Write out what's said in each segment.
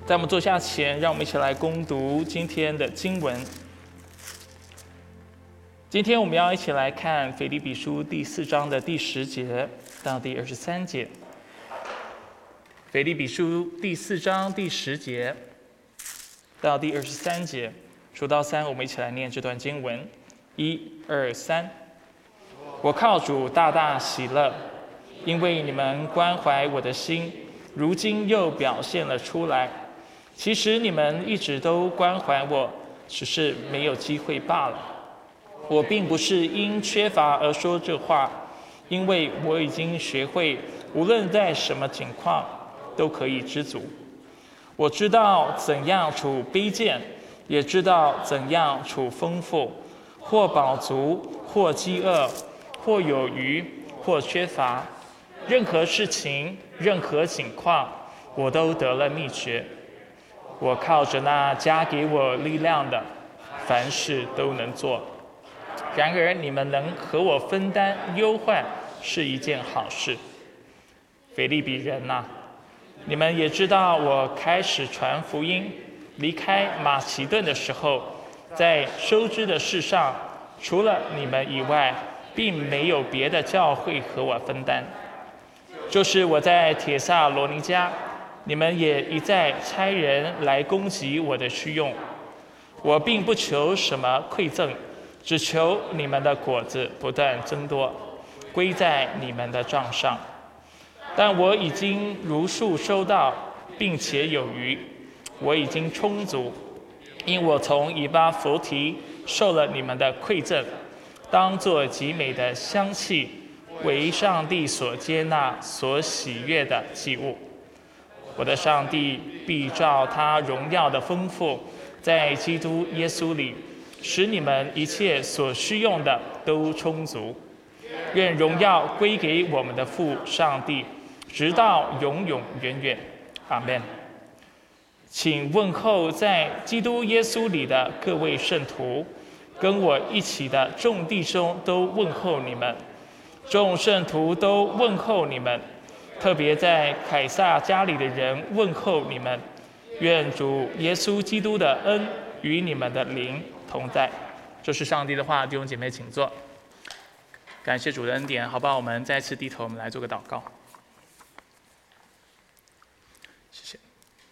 在我们坐下前，让我们一起来攻读今天的经文。今天我们要一起来看腓立比书第4章的第10节到第23节。腓立比书第4章第10节到第23节，数到3，我们一起来念这段经文。1、2、3。我靠主大大喜乐，因为你们关怀我的心，如今又表现了出来。其实你们一直都关怀我，只是没有机会罢了。我并不是因缺乏而说这话，因为我已经学会，无论在什么情况，都可以知足。我知道怎样处卑贱，也知道怎样处丰富，或饱足，或饥饿，或有余，或缺乏。任何事情，任何情况，我都得了秘诀。我靠着那加给我力量的，凡事都能做。然而你们能和我分担忧患，是一件好事。腓立比人啊，你们也知道，我开始传福音，离开马其顿的时候，在收支的事上，除了你们以外，并没有别的教会和我分担。就是我在帖撒罗尼迦，你们也一再差人来供给我的需用。我并不求什么馈赠，只求你们的果子不断增多，归在你们的账上。但我已经如数收到，并且有余，我已经充足，因我从以巴弗提受了你们的馈赠，当作极美的香气，为上帝所接纳、所喜悦的祭物。我的上帝必照他荣耀的丰富，在基督耶稣里，使你们一切所需用的都充足。愿荣耀归给我们的父上帝，直到永永远远。阿们。请问候在基督耶稣里的各位圣徒，跟我一起的众弟兄都问候你们，众圣徒都问候你们。特别在凯撒家里的人问候你们，愿主耶稣基督的恩与你们的灵同在。这是上帝的话，弟兄姐妹请坐。感谢主的恩典，好吧，我们再次低头，我们来做个祷告。谢谢。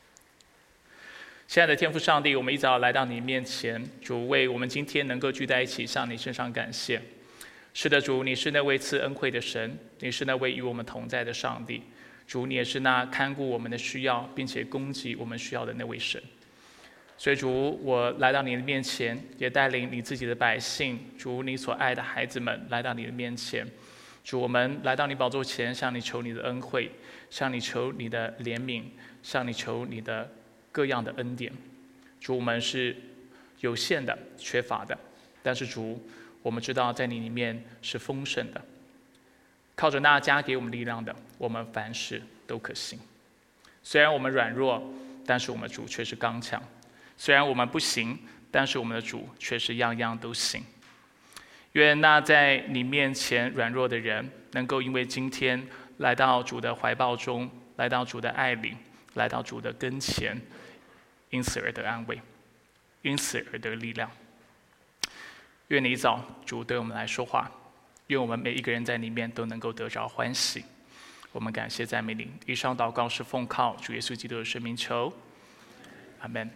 亲爱的天父上帝，我们一早来到你面前，主为我们今天能够聚在一起，向你身上感谢。是的，主，你是那位赐恩惠的神，你是那位与我们同在的上帝。主，你也是那看顾我们的需要，并且供给我们需要的那位神。所以主，我来到你的面前，也带领你自己的百姓，主你所爱的孩子们来到你的面前。主，我们来到你宝座前，向你求你的恩惠，向你求你的怜悯，向你求你的各样的恩典。主，我们是有限的、缺乏的，但是主，我们知道在你里面是丰盛的。靠着那加给我们力量的，我们凡事都可行。虽然我们软弱，但是我们主却是刚强。虽然我们不行，但是我们的主却是样样都行。愿那在你面前软弱的人，能够因为今天来到主的怀抱中，来到主的爱里，来到主的跟前，因此而得安慰，因此而得力量。愿你早主对我们来说话，愿我们每一个人在里面都能够得着欢喜。我们感谢赞美你。以上祷告是奉靠主耶稣基督的圣名求，阿们。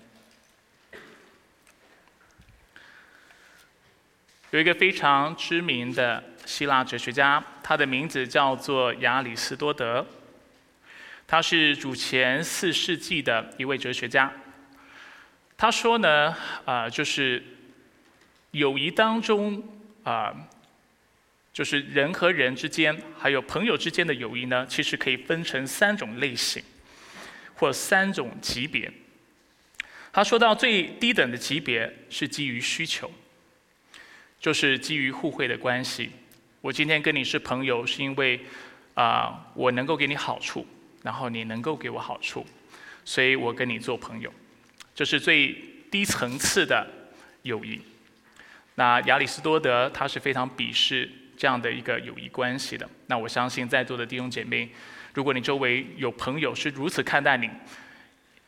有一个非常知名的希腊哲学家，他的名字叫做亚里士多德，他是主前4世纪的一位哲学家。他说呢，就是友谊当中就是人和人之间，还有朋友之间的友谊呢，其实可以分成3种类型，或3种级别。他说到最低等的级别是基于需求，就是基于互惠的关系。我今天跟你是朋友，是因为我能够给你好处，然后你能够给我好处，所以我跟你做朋友。这是最低层次的友谊。那亚里士多德他是非常鄙视这样的一个友谊关系的。那我相信在座的弟兄姐妹，如果你周围有朋友是如此看待你，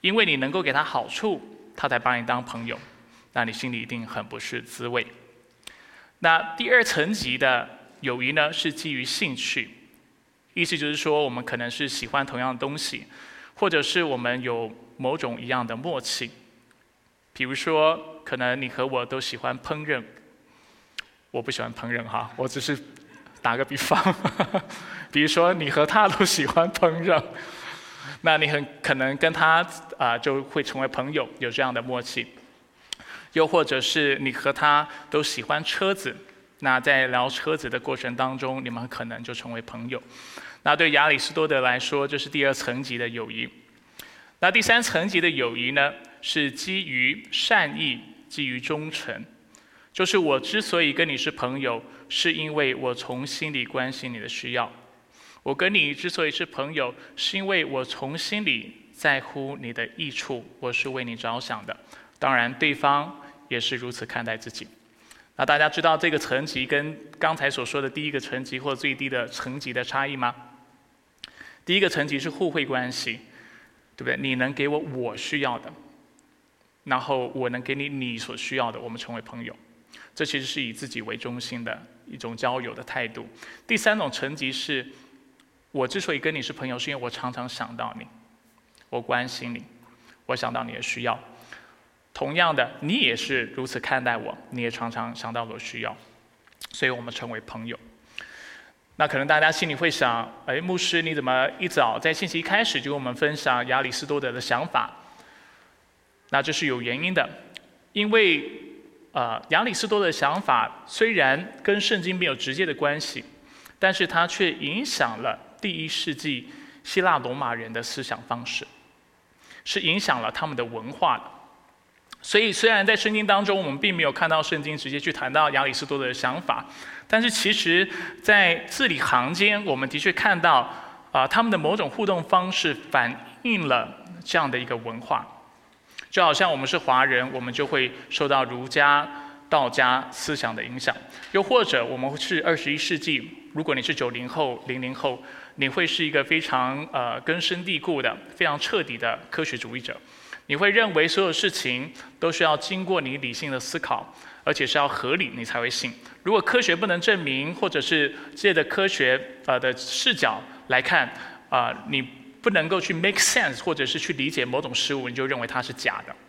因为你能够给他好处，他才把你当朋友，那你心里一定很不是滋味。那第二层级的友谊呢，是基于兴趣，意思就是说，我们可能是喜欢同样的东西，或者是我们有某种一样的默契。比如说，可能你和我都喜欢烹饪，我不喜欢烹饪哈，我只是打个比方。比如说，你和他都喜欢烹饪，那你很可能跟他就会成为朋友，有这样的默契。又或者是你和他都喜欢车子，那在聊车子的过程当中，你们可能就成为朋友。那对亚里士多德来说，这是第二层级的友谊。那第三层级的友谊呢，是基于善意，基于忠诚。就是我之所以跟你是朋友，是因为我从心里关心你的需要。我跟你之所以是朋友，是因为我从心里在乎你的益处，我是为你着想的。当然，对方也是如此看待自己。那大家知道这个层级跟刚才所说的第一个层级或最低的层级的差异吗？第一个层级是互惠关系，对不对？你能给我我需要的，然后我能给你你所需要的，我们成为朋友。这其实是以自己为中心的一种交友的态度。第三种层级是，我之所以跟你是朋友，是因为我常常想到你，我关心你，我想到你的需要。同样的，你也是如此看待我，你也常常想到我需要，所以我们成为朋友。那可能大家心里会想，牧师你怎么一早在信息一开始就跟我们分享亚里士多德的想法？那这是有原因的，因为亚里士多德的想法虽然跟圣经没有直接的关系，但是它却影响了第1世纪希腊罗马人的思想方式，是影响了他们的文化的。所以虽然在圣经当中我们并没有看到圣经直接去谈到亚里士多德的想法，但是其实在字里行间我们的确看到他们的某种互动方式反映了这样的一个文化。就好像我们是华人，我们就会受到儒家、道家思想的影响；又或者我们是21世纪，如果你是90后、00后，你会是一个非常根深蒂固的、非常彻底的科学主义者。你会认为所有事情都需要经过你理性的思考，而且是要合理，你才会信。如果科学不能证明，或者是借着科学的视角来看，你不能够去 make sense， 或者是去理解某种事物，你就认为它是假的。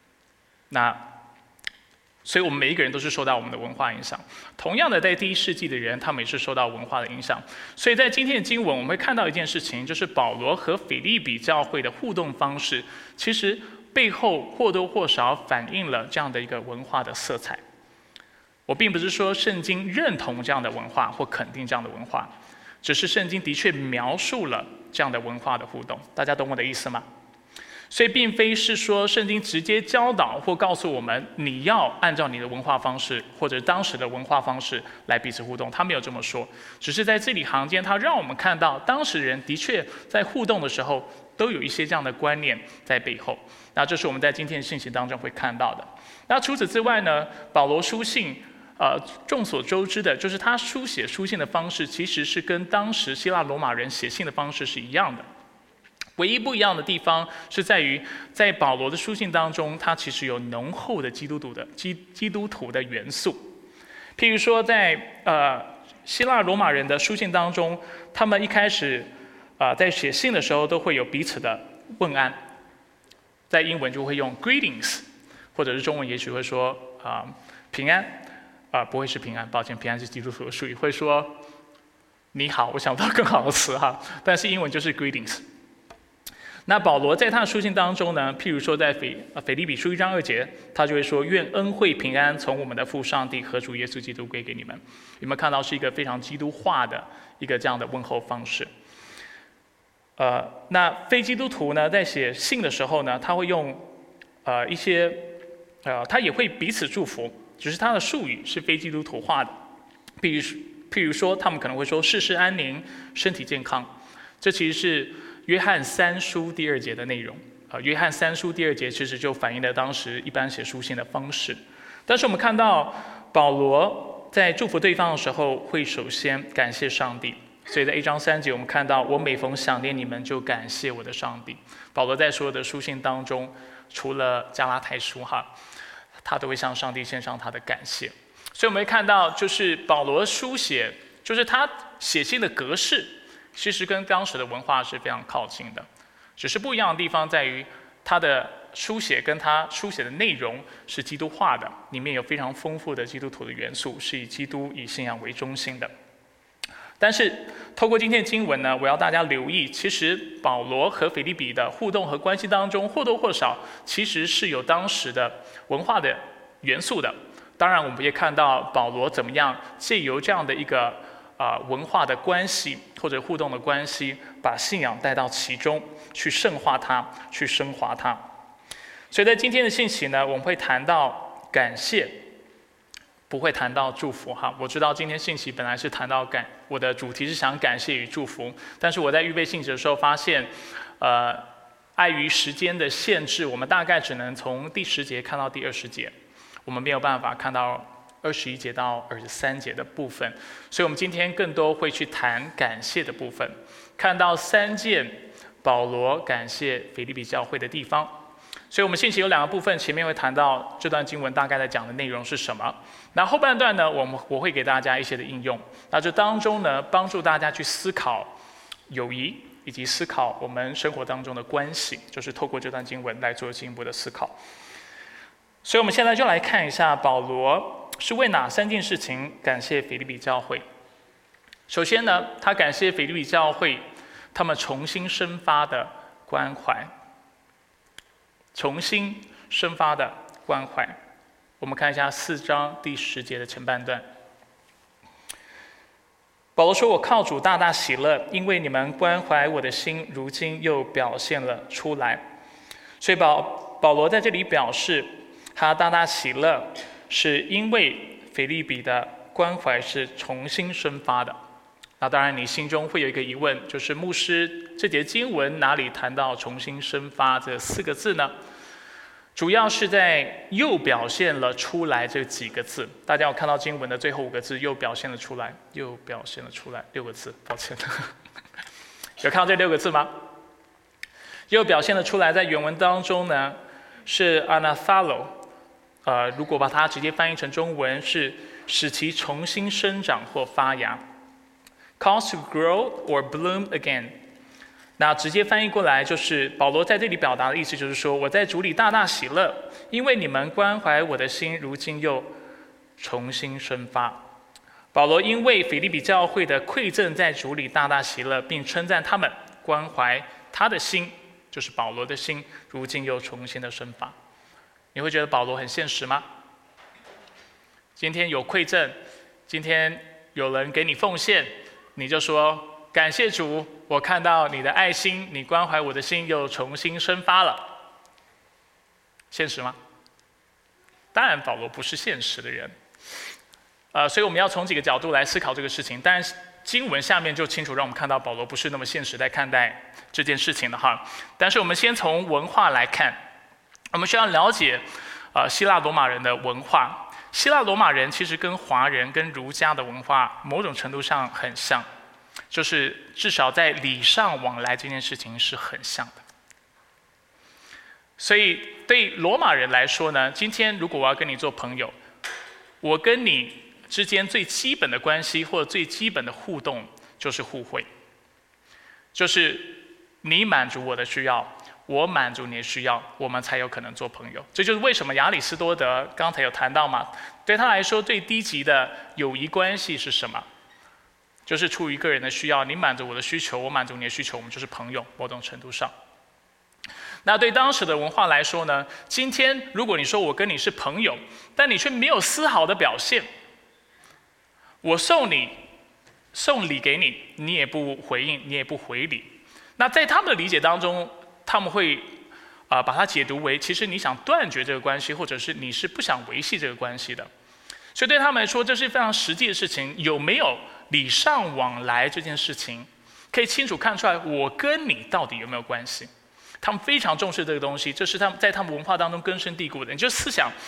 所以我们每一个人都是受到我们的文化影响。同样的，在第1世纪的人，他们也是受到文化的影响。所以在今天的经文，我们会看到一件事情，就是保罗和腓立比教会的互动方式，其实背后或多或少反映了这样的一个文化的色彩。我并不是说圣经认同这样的文化或肯定这样的文化，只是圣经的确描述了这样的文化的互动。大家懂我的意思吗？所以并非是说圣经直接教导或告诉我们你要按照你的文化方式或者当时的文化方式来彼此互动，他没有这么说，只是在字里行间他让我们看到当时人的确在互动的时候都有一些这样的观念在背后。那这是我们在今天的信息当中会看到的。那除此之外呢，保罗书信众所周知的就是他书写书信的方式其实是跟当时希腊罗马人写信的方式是一样的。唯一不一样的地方是在于，在保罗的书信当中，他其实有浓厚的基督徒的元素。譬如说，在希腊罗马人的书信当中，他们一开始在写信的时候都会有彼此的问安，在英文就会用 greetings， 或者是中文也许会说平安不会是平安，抱歉，平安是基督徒的术语，会说你好，我想不到更好的词哈，但是英文就是 greetings。那保罗在他的书信当中呢，譬如说在腓立比书1章2节，他就会说：愿恩惠平安从我们的父上帝和主耶稣基督归给你们。有没有看到是一个非常基督化的一个这样的问候方式？那非基督徒呢，在写信的时候呢，他会用一些他也会彼此祝福，只是他的术语是非基督徒化的。譬如说，他们可能会说世事安宁，身体健康。这其实是约翰3书第2节的内容。约翰3书第2节其实就反映了当时一般写书信的方式。但是我们看到保罗在祝福对方的时候，会首先感谢上帝， 所以在1章3节，我们看到我每逢想念你们，就感谢我的上帝。保罗在所有的书信当中，除了加拉太书他都会向上帝献上他的感谢。所以我们会看到，就是保罗书写，就是他写信的格式，其实跟当时的文化是非常靠近的，只是不一样的地方在于他的书写跟他书写的内容是基督化的，里面有非常丰富的基督徒的元素，是以基督以信仰为中心的。但是透过今天的经文呢，我要大家留意，其实保罗和腓立比的互动和关系当中，或多或少其实是有当时的文化的元素的。当然我们也看到保罗怎么样借由这样的一个文化的关系或者互动的关系，把信仰带到其中，去圣化它，去升华它。所以在今天的信息呢，我们会谈到感谢，不会谈到祝福我知道今天信息本来是谈到我的主题是想感谢与祝福，但是我在预备信息的时候发现，碍于时间的限制，我们大概只能从第10节看到第20节，我们没有办法看到21节到23节的部分，所以我们今天更多会去谈感谢的部分，看到3件保罗感谢腓立比教会的地方。所以我们信息有2个部分，前面会谈到这段经文大概在讲的内容是什么，那后半段呢，我会给大家一些的应用，那这当中呢，帮助大家去思考友谊，以及思考我们生活当中的关系，就是透过这段经文来做进一步的思考。所以我们现在就来看一下保罗是为哪3件事情感谢腓立比教会。首先呢，他感谢腓立比教会他们重新生发的关怀，重新生发的关怀。我们看一下4章第10节的前半段。保罗说：“我靠主大大喜乐，因为你们关怀我的心，如今又表现了出来。”所以保罗在这里表示，他大大喜乐，是因为腓立比的关怀是重新生发的。那当然，你心中会有一个疑问，就是牧师，这节经文哪里谈到重新生发这4个字呢？主要是在又表现了出来这几个字。大家有看到经文的最后5个字，又表现了出来，又表现了出来，6个字，抱歉。有看到这6个字吗？又表现了出来，在原文当中呢，是 anathalo， 如果把它直接翻译成中文，是使其重新生长或发芽 ，cause to grow or bloom again。那直接翻译过来就是保罗在这里表达的意思，就是说我在主里大大喜乐，因为你们关怀我的心，如今又重新生发。保罗因为腓立比教会的馈赠，在主里大大喜乐，并称赞他们关怀他的心，就是保罗的心，如今又重新的生发。你会觉得保罗很现实吗？今天有馈赠，今天有人给你奉献，你就说感谢主，我看到你的爱心，你关怀我的心又重新生发了。现实吗？当然保罗不是现实的人，所以我们要从几个角度来思考这个事情。当然经文下面就清楚让我们看到保罗不是那么现实在看待这件事情的但是我们先从文化来看，我们需要了解希腊罗马人的文化。希腊罗马人其实跟华人跟儒家的文化某种程度上很像，就是至少在礼尚往来这件事情是很像的。所以对罗马人来说呢，今天如果我要跟你做朋友，我跟你之间最基本的关系或者最基本的互动就是互惠，就是你满足我的需要，我满足你的需要，我们才有可能做朋友。这就是为什么亚里士多德刚才有谈到嘛，对他来说最低级的友谊关系是什么？就是出于个人的需要，你满足我的需求，我满足你的需求，我们就是朋友，某种程度上。那对当时的文化来说呢，今天如果你说我跟你是朋友，但你却没有丝毫的表现，我送礼给你，你也不回应，你也不回礼。那在他们的理解当中，他们会把它解读为，其实你想断绝这个关系，或者是你是不想维系这个关系的。所以对他们来说，这是非常实际的事情。有没有礼尚往来这件事情，可以清楚看出来我跟你到底有没有关系。他们非常重视这个东西，这是在他们文化当中根深蒂固的。你就思想，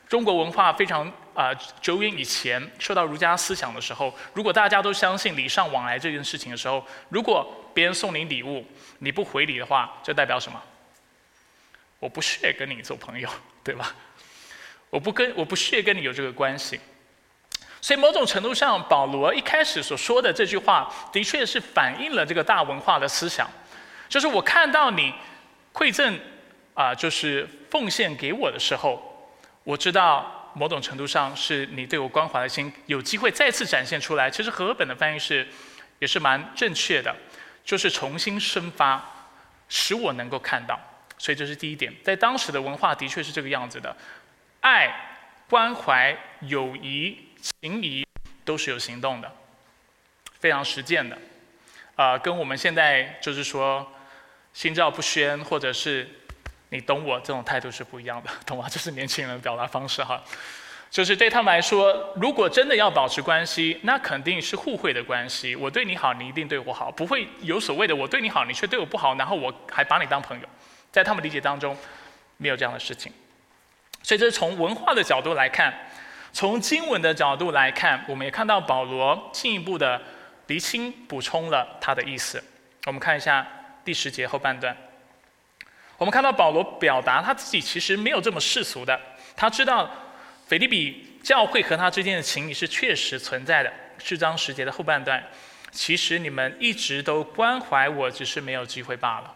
中国文化非常久远以前受到儒家思想的时候，如果大家都相信礼尚往来这件事情的时候，如果别人送你礼物，你不回礼的话，这代表什么？我不屑跟你做朋友，对吧？我不屑跟你有这个关系。所以某种程度上，保罗一开始所说的这句话，的确是反映了这个大文化的思想，就是我看到你馈赠就是奉献给我的时候，我知道某种程度上是你对我关怀的心有机会再次展现出来。其实和合本的翻译也是蛮正确的，就是重新生发，使我能够看到。所以这是第一点，在当时的文化的确是这个样子的，爱、关怀、友谊、情谊都是有行动的，非常实践的。跟我们现在就是说心照不宣，或者是你懂我这种态度是不一样的，懂吗？这是年轻人的表达方式哈。就是对他们来说，如果真的要保持关系，那肯定是互惠的关系。我对你好，你一定对我好，不会有所谓的我对你好，你却对我不好，然后我还把你当朋友。在他们理解当中，没有这样的事情。所以这是从文化的角度来看，从经文的角度来看，我们也看到保罗进一步的厘清、补充了他的意思。我们看一下第10节后半段，我们看到保罗表达他自己其实没有这么世俗的，他知道腓立比教会和他之间的情谊是确实存在的。4章10节的后半段，其实你们一直都关怀我，只是没有机会罢了。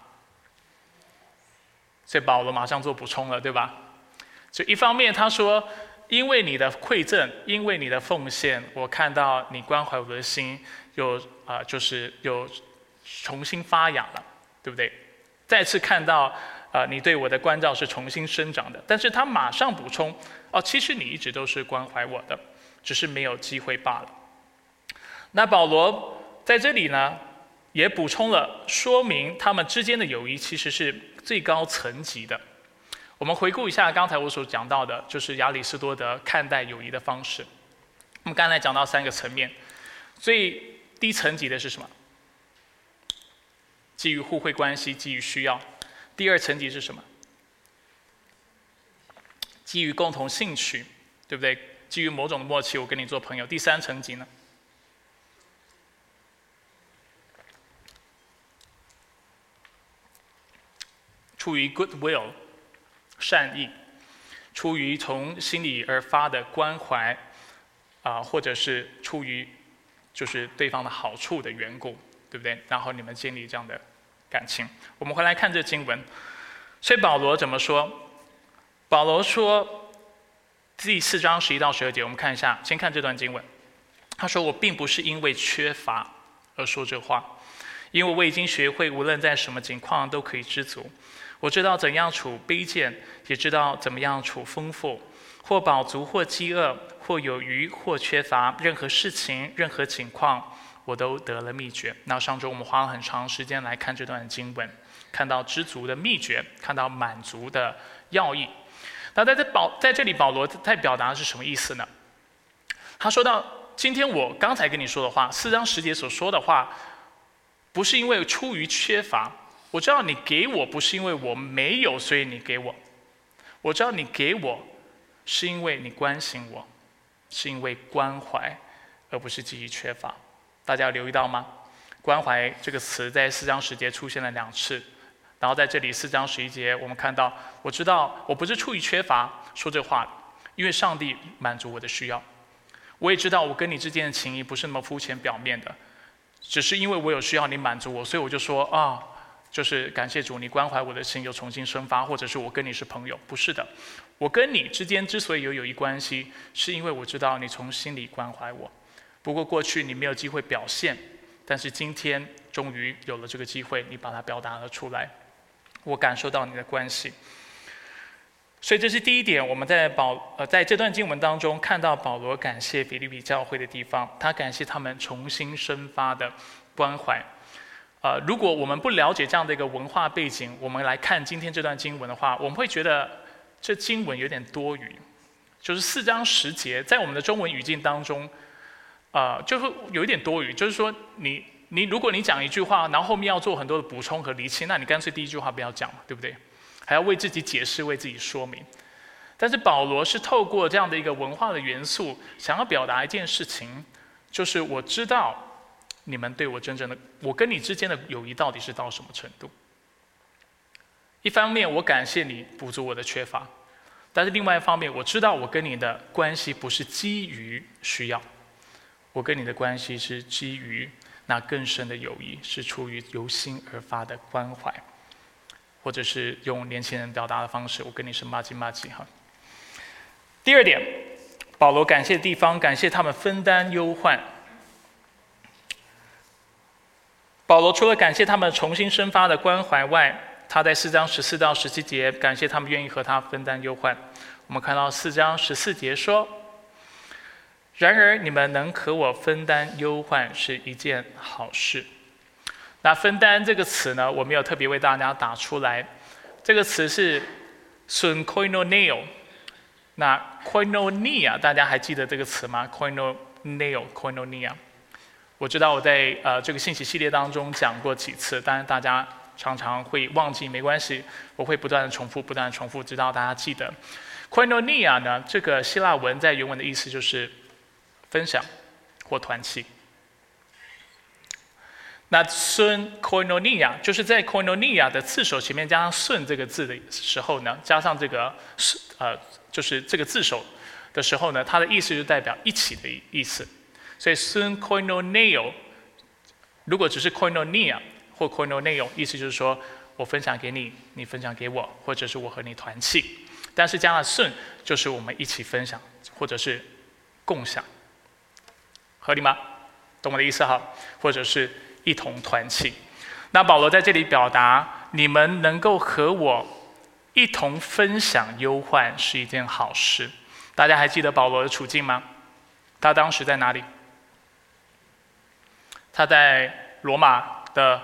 所以保罗马上做补充了，对吧？就一方面他说，因为你的馈赠，因为你的奉献，我看到你关怀我的心就是有重新发芽了，对不对？再次看到你对我的关照是重新生长的。但是他马上补充，其实你一直都是关怀我的，只是没有机会罢了。那保罗在这里呢，也补充了，说明他们之间的友谊其实是最高层级的。我们回顾一下刚才我所讲到的，就是亚里士多德看待友谊的方式。我们刚才讲到3个层面，最低层级的是什么？基于互惠关系，基于需要。第2层级是什么？基于共同兴趣，对不对？基于某种默契，我跟你做朋友。第3层级呢？出于 goodwill 善意，出于从心里而发的关怀或者是出于就是对方的好处的缘故，对不对？然后你们建立这样的感情。我们回来看这经文，所以保罗怎么说？保罗说第4章11到12节，我们看一下，先看这段经文。他说：“我并不是因为缺乏而说这话，因为我已经学会无论在什么情况都可以知足。我知道怎样处卑贱，也知道怎么样处丰富，或饱足，或饥饿，或有余，或缺乏，任何事情，任何情况，我都得了秘诀。”那上周我们花了很长时间来看这段经文，看到知足的秘诀，看到满足的要义。那在这里保罗在表达的是什么意思呢？他说到，今天我刚才跟你说的话，4章10节所说的话，不是因为出于缺乏。我知道你给我不是因为我没有，所以你给我。我知道你给我是因为你关心我，是因为关怀，而不是基于缺乏。大家有留意到吗？关怀这个词在4章10节出现了2次，然后在这里4章11节，我们看到，我知道我不是出于缺乏说这话，因为上帝满足我的需要。我也知道我跟你之间的情谊不是那么肤浅表面的，只是因为我有需要你满足我，所以我就说就是感谢主，你关怀我的心又重新生发，或者是我跟你是朋友。不是的，我跟你之间之所以有友谊关系，是因为我知道你从心里关怀我。不过过去你没有机会表现，但是今天终于有了这个机会，你把它表达了出来，我感受到你的关系。所以这是第一点，我们在这段经文当中看到保罗感谢腓立比教会的地方，他感谢他们重新生发的关怀。如果我们不了解这样的一个文化背景，我们来看今天这段经文的话，我们会觉得这经文有点多余。就是4章10节，在我们的中文语境当中，就会有一点多余。就是说如果你讲一句话，然后后面要做很多的补充和厘清，那你干脆第一句话不要讲嘛，对不对？还要为自己解释，为自己说明。 但是保罗是透过这样的一个文化的元素，想要表达一件事情，就是我知道你们对我真正的，我跟你之间的友谊到底是到什么程度。一方面我感谢你补足我的缺乏，但是另外一方面我知道我跟你的关系不是基于需要，我跟你的关系是基于那更深的友谊，是出于由心而发的关怀，或者是用年轻人表达的方式，我跟你是麻吉麻吉哈。第二点，保罗感谢的地方，感谢他们分担忧患。保罗除了感谢他们重新生发的关怀外，他在4章14到17节感谢他们愿意和他分担忧患。我们看到4章14节说：“然而你们能和我分担忧患是一件好事。”那分担这个词呢，我没有特别为大家打出来。这个词是 sunkoinoneo。那 koinonia 大家还记得这个词吗 ？koinonia。我知道我在这个信息系列当中讲过几次，当然大家常常会忘记，没关系，我会不断的重复，直到大家记得。koinonia 呢，这个希腊文在原文的意思就是分享或团契。那 sunkoinonia 就是在 koinonia 的字首前面加上 sun 这个字的时候呢，加上这个就是这个字首的时候呢，它的意思就代表一起的意思。所以 sunkoinoneo 如果只是 koinonia 或 koinoneo， 意思就是说我分享给你，你分享给我，或者是我和你团契。但是加了 sun 就是我们一起分享，或者是共享，合理吗？懂我的意思哈？或者是一同团契。那保罗在这里表达，你们能够和我一同分享忧患是一件好事。大家还记得保罗的处境吗？他当时在哪里？他在罗马的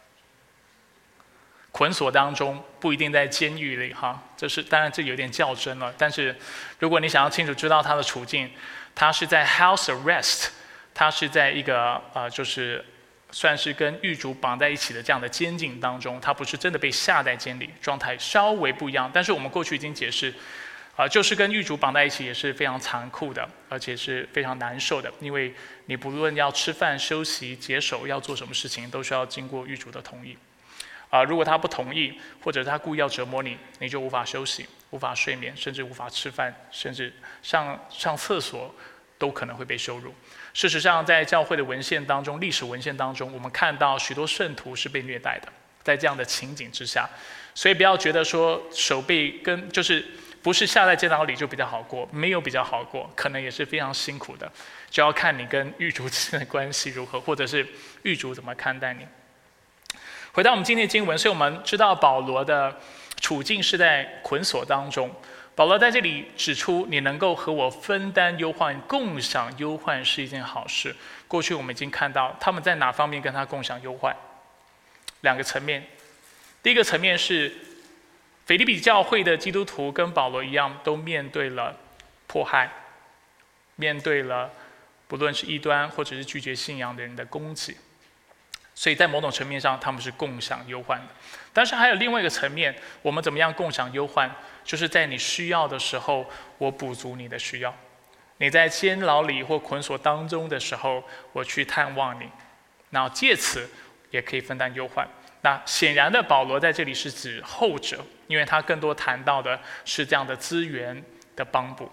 捆锁当中，不一定在监狱里哈。当然这有点较真了。但是如果你想要清楚知道他的处境，他是在 house arrest， 他是在一个就是算是跟狱卒绑在一起的这样的监禁当中，他不是真的被下在监里，状态稍微不一样。但是我们过去已经解释，就是跟狱卒绑在一起也是非常残酷的，而且是非常难受的，因为你不论要吃饭、休息、解手，要做什么事情，都需要经过狱卒的同意。如果他不同意，或者他故意要折磨你，你就无法休息、无法睡眠，甚至无法吃饭，甚至上厕所都可能会被羞辱。事实上，在教会的文献当中、历史文献当中，我们看到许多圣徒是被虐待的，在这样的情景之下，所以不要觉得说手被就是不是下在监牢里就比较好过，没有比较好过，可能也是非常辛苦的，就要看你跟狱卒之间的关系如何，或者是狱卒怎么看待你。回到我们今天的经文，所以我们知道保罗的处境是在捆锁当中。保罗在这里指出，你能够和我分担忧患、共享忧患是一件好事。过去我们已经看到他们在哪方面跟他共享忧患，两个层面。第一个层面是腓立比教会的基督徒跟保罗一样，都面对了迫害，面对了不论是异端或者是拒绝信仰的人的攻击。所以在某种层面上，他们是共享忧患的。但是还有另外一个层面，我们怎么样共享忧患？就是在你需要的时候，我补足你的需要；你在监牢里或捆锁当中的时候，我去探望你，那借此也可以分担忧患。那显然的，保罗在这里是指后者，因为他更多谈到的是这样的资源的帮补。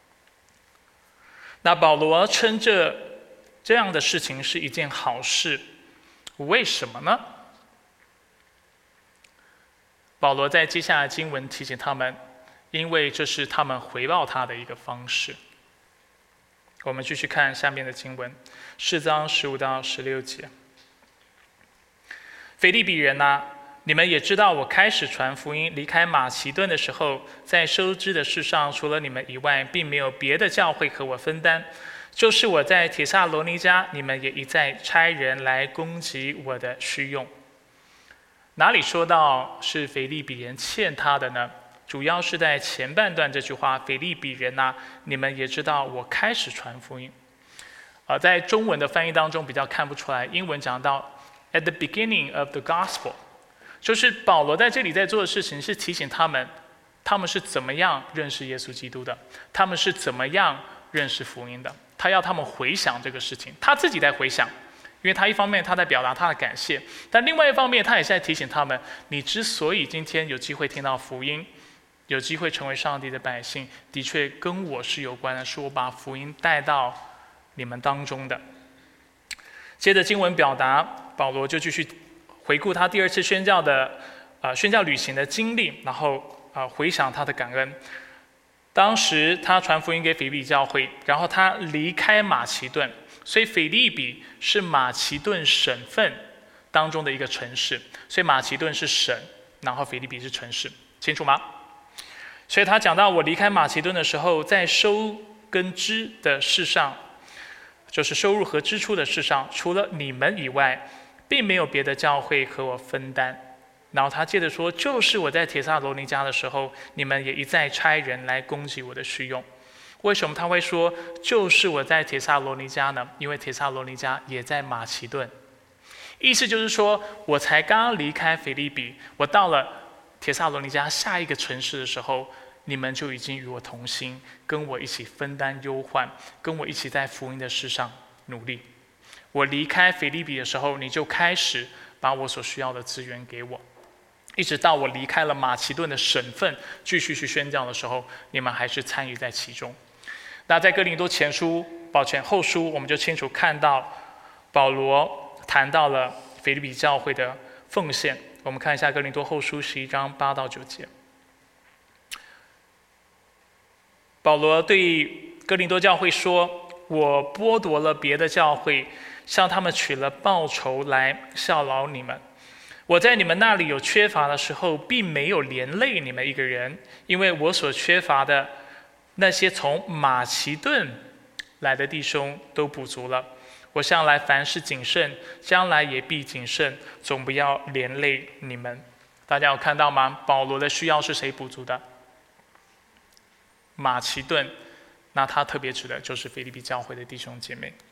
那保罗称这样的事情是一件好事。为什么呢？保罗在接下来经文提醒他们，因为这是他们回报他的一个方式。我们继续看下面的经文，4章15到16节。腓立比人啊，你们也知道，我开始传福音，离开马其顿的时候，在收支的事上，除了你们以外，并没有别的教会和我分担。就是我在帖撒罗尼迦，你们也一再差人来供给我的需用。哪里说到是腓立比人欠他的呢？主要是在前半段这句话，腓立比人啊，你们也知道我开始传福音。在中文的翻译当中比较看不出来，英文讲到 at the beginning of the gospel， 就是保罗在这里在做的事情是提醒他们， 他们是怎么样认识耶稣基督的，他们是怎么样认识福音的。他要他们回想这个事情，他自己在回想，因为他一方面他在表达他的感谢，但另外一方面他也是在提醒他们，你之所以今天有机会听到福音，有机会成为上帝的百姓，的确跟我是有关的，是我把福音带到你们当中的。接着经文表达，保罗就继续回顾他第二次宣教旅行的经历，然后回想他的感恩。当时他传福音给腓立比教会，然后他离开马其顿，所以腓立比是马其顿省份当中的一个城市，所以马其顿是省，然后腓立比是城市，清楚吗？所以他讲到，我离开马其顿的时候，在收跟支的事上，就是收入和支出的事上，除了你们以外，并没有别的教会和我分担。然后他接着说，就是我在帖撒罗尼迦的时候，你们也一再差人来供给我的需用。为什么他会说就是我在帖撒罗尼迦呢？因为帖撒罗尼迦也在马其顿。意思就是说，我才刚刚离开腓立比，我到了帖撒罗尼迦下一个城市的时候，你们就已经与我同心，跟我一起分担忧患，跟我一起在福音的事上努力。我离开腓立比的时候，你就开始把我所需要的资源给我，一直到我离开了马其顿的省份，继续去宣教的时候，你们还是参与在其中。那在哥林多后书，我们就清楚看到保罗谈到了腓立比教会的奉献。我们看一下哥林多后书11章8到9节。保罗对哥林多教会说，我剥夺了别的教会，向他们取了报酬来效劳你们。我在你们那里有缺乏的时候，并没有连累你们一个人，因为我所缺乏的，那些从马其顿来的弟兄都补足了。我向来凡事谨慎，将来也必谨慎，总不要连累你们。大家有看到吗？保罗的需要是谁补足的？马其顿，那他特别指的就是腓立比教会的弟兄姐妹。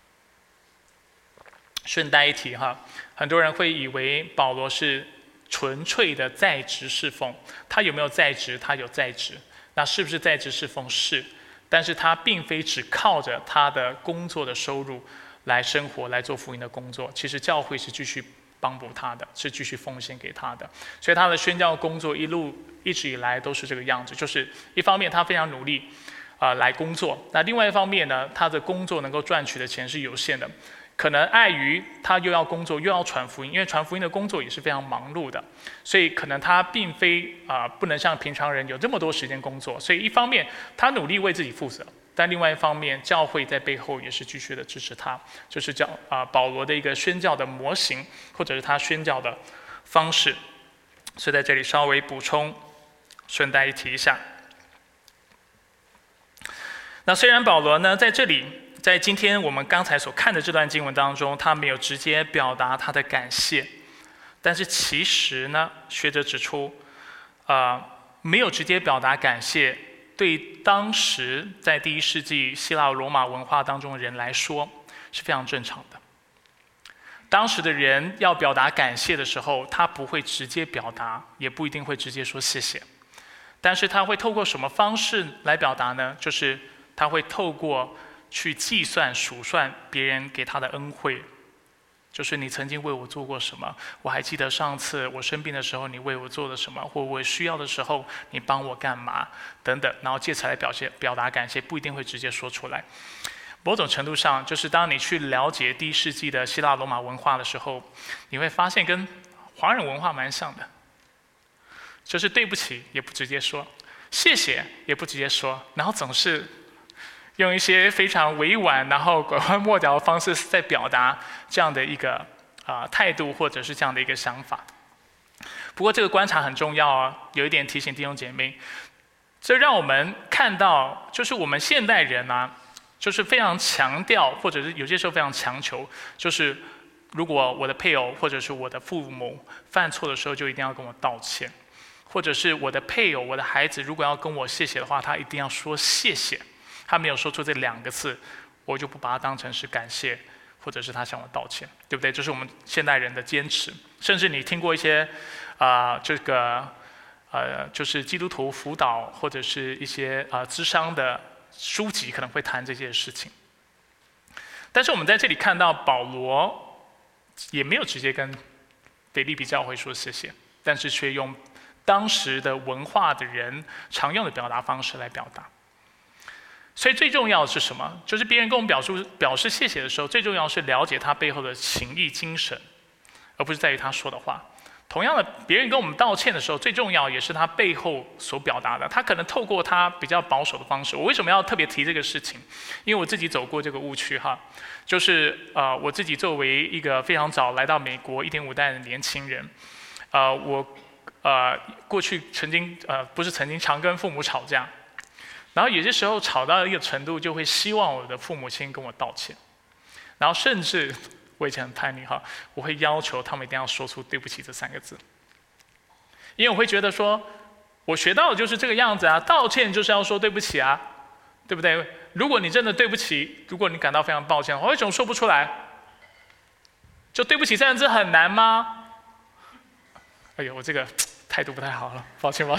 顺带一提哈，很多人会以为保罗是纯粹的在职侍奉，他有没有在职？他有在职，那是不是在职侍奉？是，但是他并非只靠着他的工作的收入来生活，来做福音的工作。其实教会是继续帮补他的，是继续奉献给他的，所以他的宣教工作一直以来都是这个样子，就是一方面他非常努力来工作，那另外一方面呢，他的工作能够赚取的钱是有限的。可能碍于他又要工作又要传福音，因为传福音的工作也是非常忙碌的，所以可能他并非不能像平常人有这么多时间工作。所以一方面他努力为自己负责，但另外一方面教会在背后也是继续的支持他，就是保罗的一个宣教的模型，或者是他宣教的方式。所以在这里稍微补充，顺带一提一下。那虽然保罗呢在这里，在今天我们刚才所看的这段经文当中，他没有直接表达他的感谢，但是其实呢，学者指出，没有直接表达感谢，对当时在第1世纪希腊罗马文化当中的人来说是非常正常的。当时的人要表达感谢的时候，他不会直接表达，也不一定会直接说谢谢，但是他会透过什么方式来表达呢？就是他会透过去计算数算别人给他的恩惠，就是你曾经为我做过什么，我还记得上次我生病的时候你为我做了什么，或我需要的时候你帮我干嘛等等，然后借此来表达感谢，不一定会直接说出来。某种程度上，就是当你去了解第1世纪的希腊罗马文化的时候，你会发现跟华人文化蛮像的，就是对不起也不直接说，谢谢也不直接说，然后总是用一些非常委婉，然后拐弯抹角的方式在表达这样的一个态度，或者是这样的一个想法。不过这个观察很重要啊，有一点提醒弟兄姐妹，这让我们看到，就是我们现代人啊，就是非常强调，或者是有些时候非常强求，就是如果我的配偶或者是我的父母犯错的时候，就一定要跟我道歉，或者是我的配偶、我的孩子如果要跟我谢谢的话，他一定要说谢谢。他没有说出这2个字，我就不把它当成是感谢，或者是他向我道歉，对不对？这是我们现代人的坚持。甚至你听过一些就是基督徒辅导或者是一些諮商的书籍可能会谈这些事情。但是我们在这里看到保罗也没有直接跟腓立比教会说谢谢，但是却用当时的文化的人常用的表达方式来表达。所以最重要的是什么？就是别人跟我们表示谢谢的时候，最重要是了解他背后的情意精神，而不是在于他说的话。同样的，别人跟我们道歉的时候，最重要也是他背后所表达的。他可能透过他比较保守的方式。我为什么要特别提这个事情？因为我自己走过这个误区哈，就是我自己作为一个非常早来到美国1.5代的年轻人，我过去不是曾经常跟父母吵架，然后有些时候吵到一个程度，就会希望我的父母亲跟我道歉，然后甚至我以前很叛逆哈，我会要求他们一定要说出对不起这3个字，因为我会觉得说，我学到的就是这个样子啊，道歉就是要说对不起啊，对不对？如果你真的对不起，如果你感到非常抱歉，我为什么说不出来？就对不起3个字很难吗？哎呦，我这个态度不太好了，抱歉。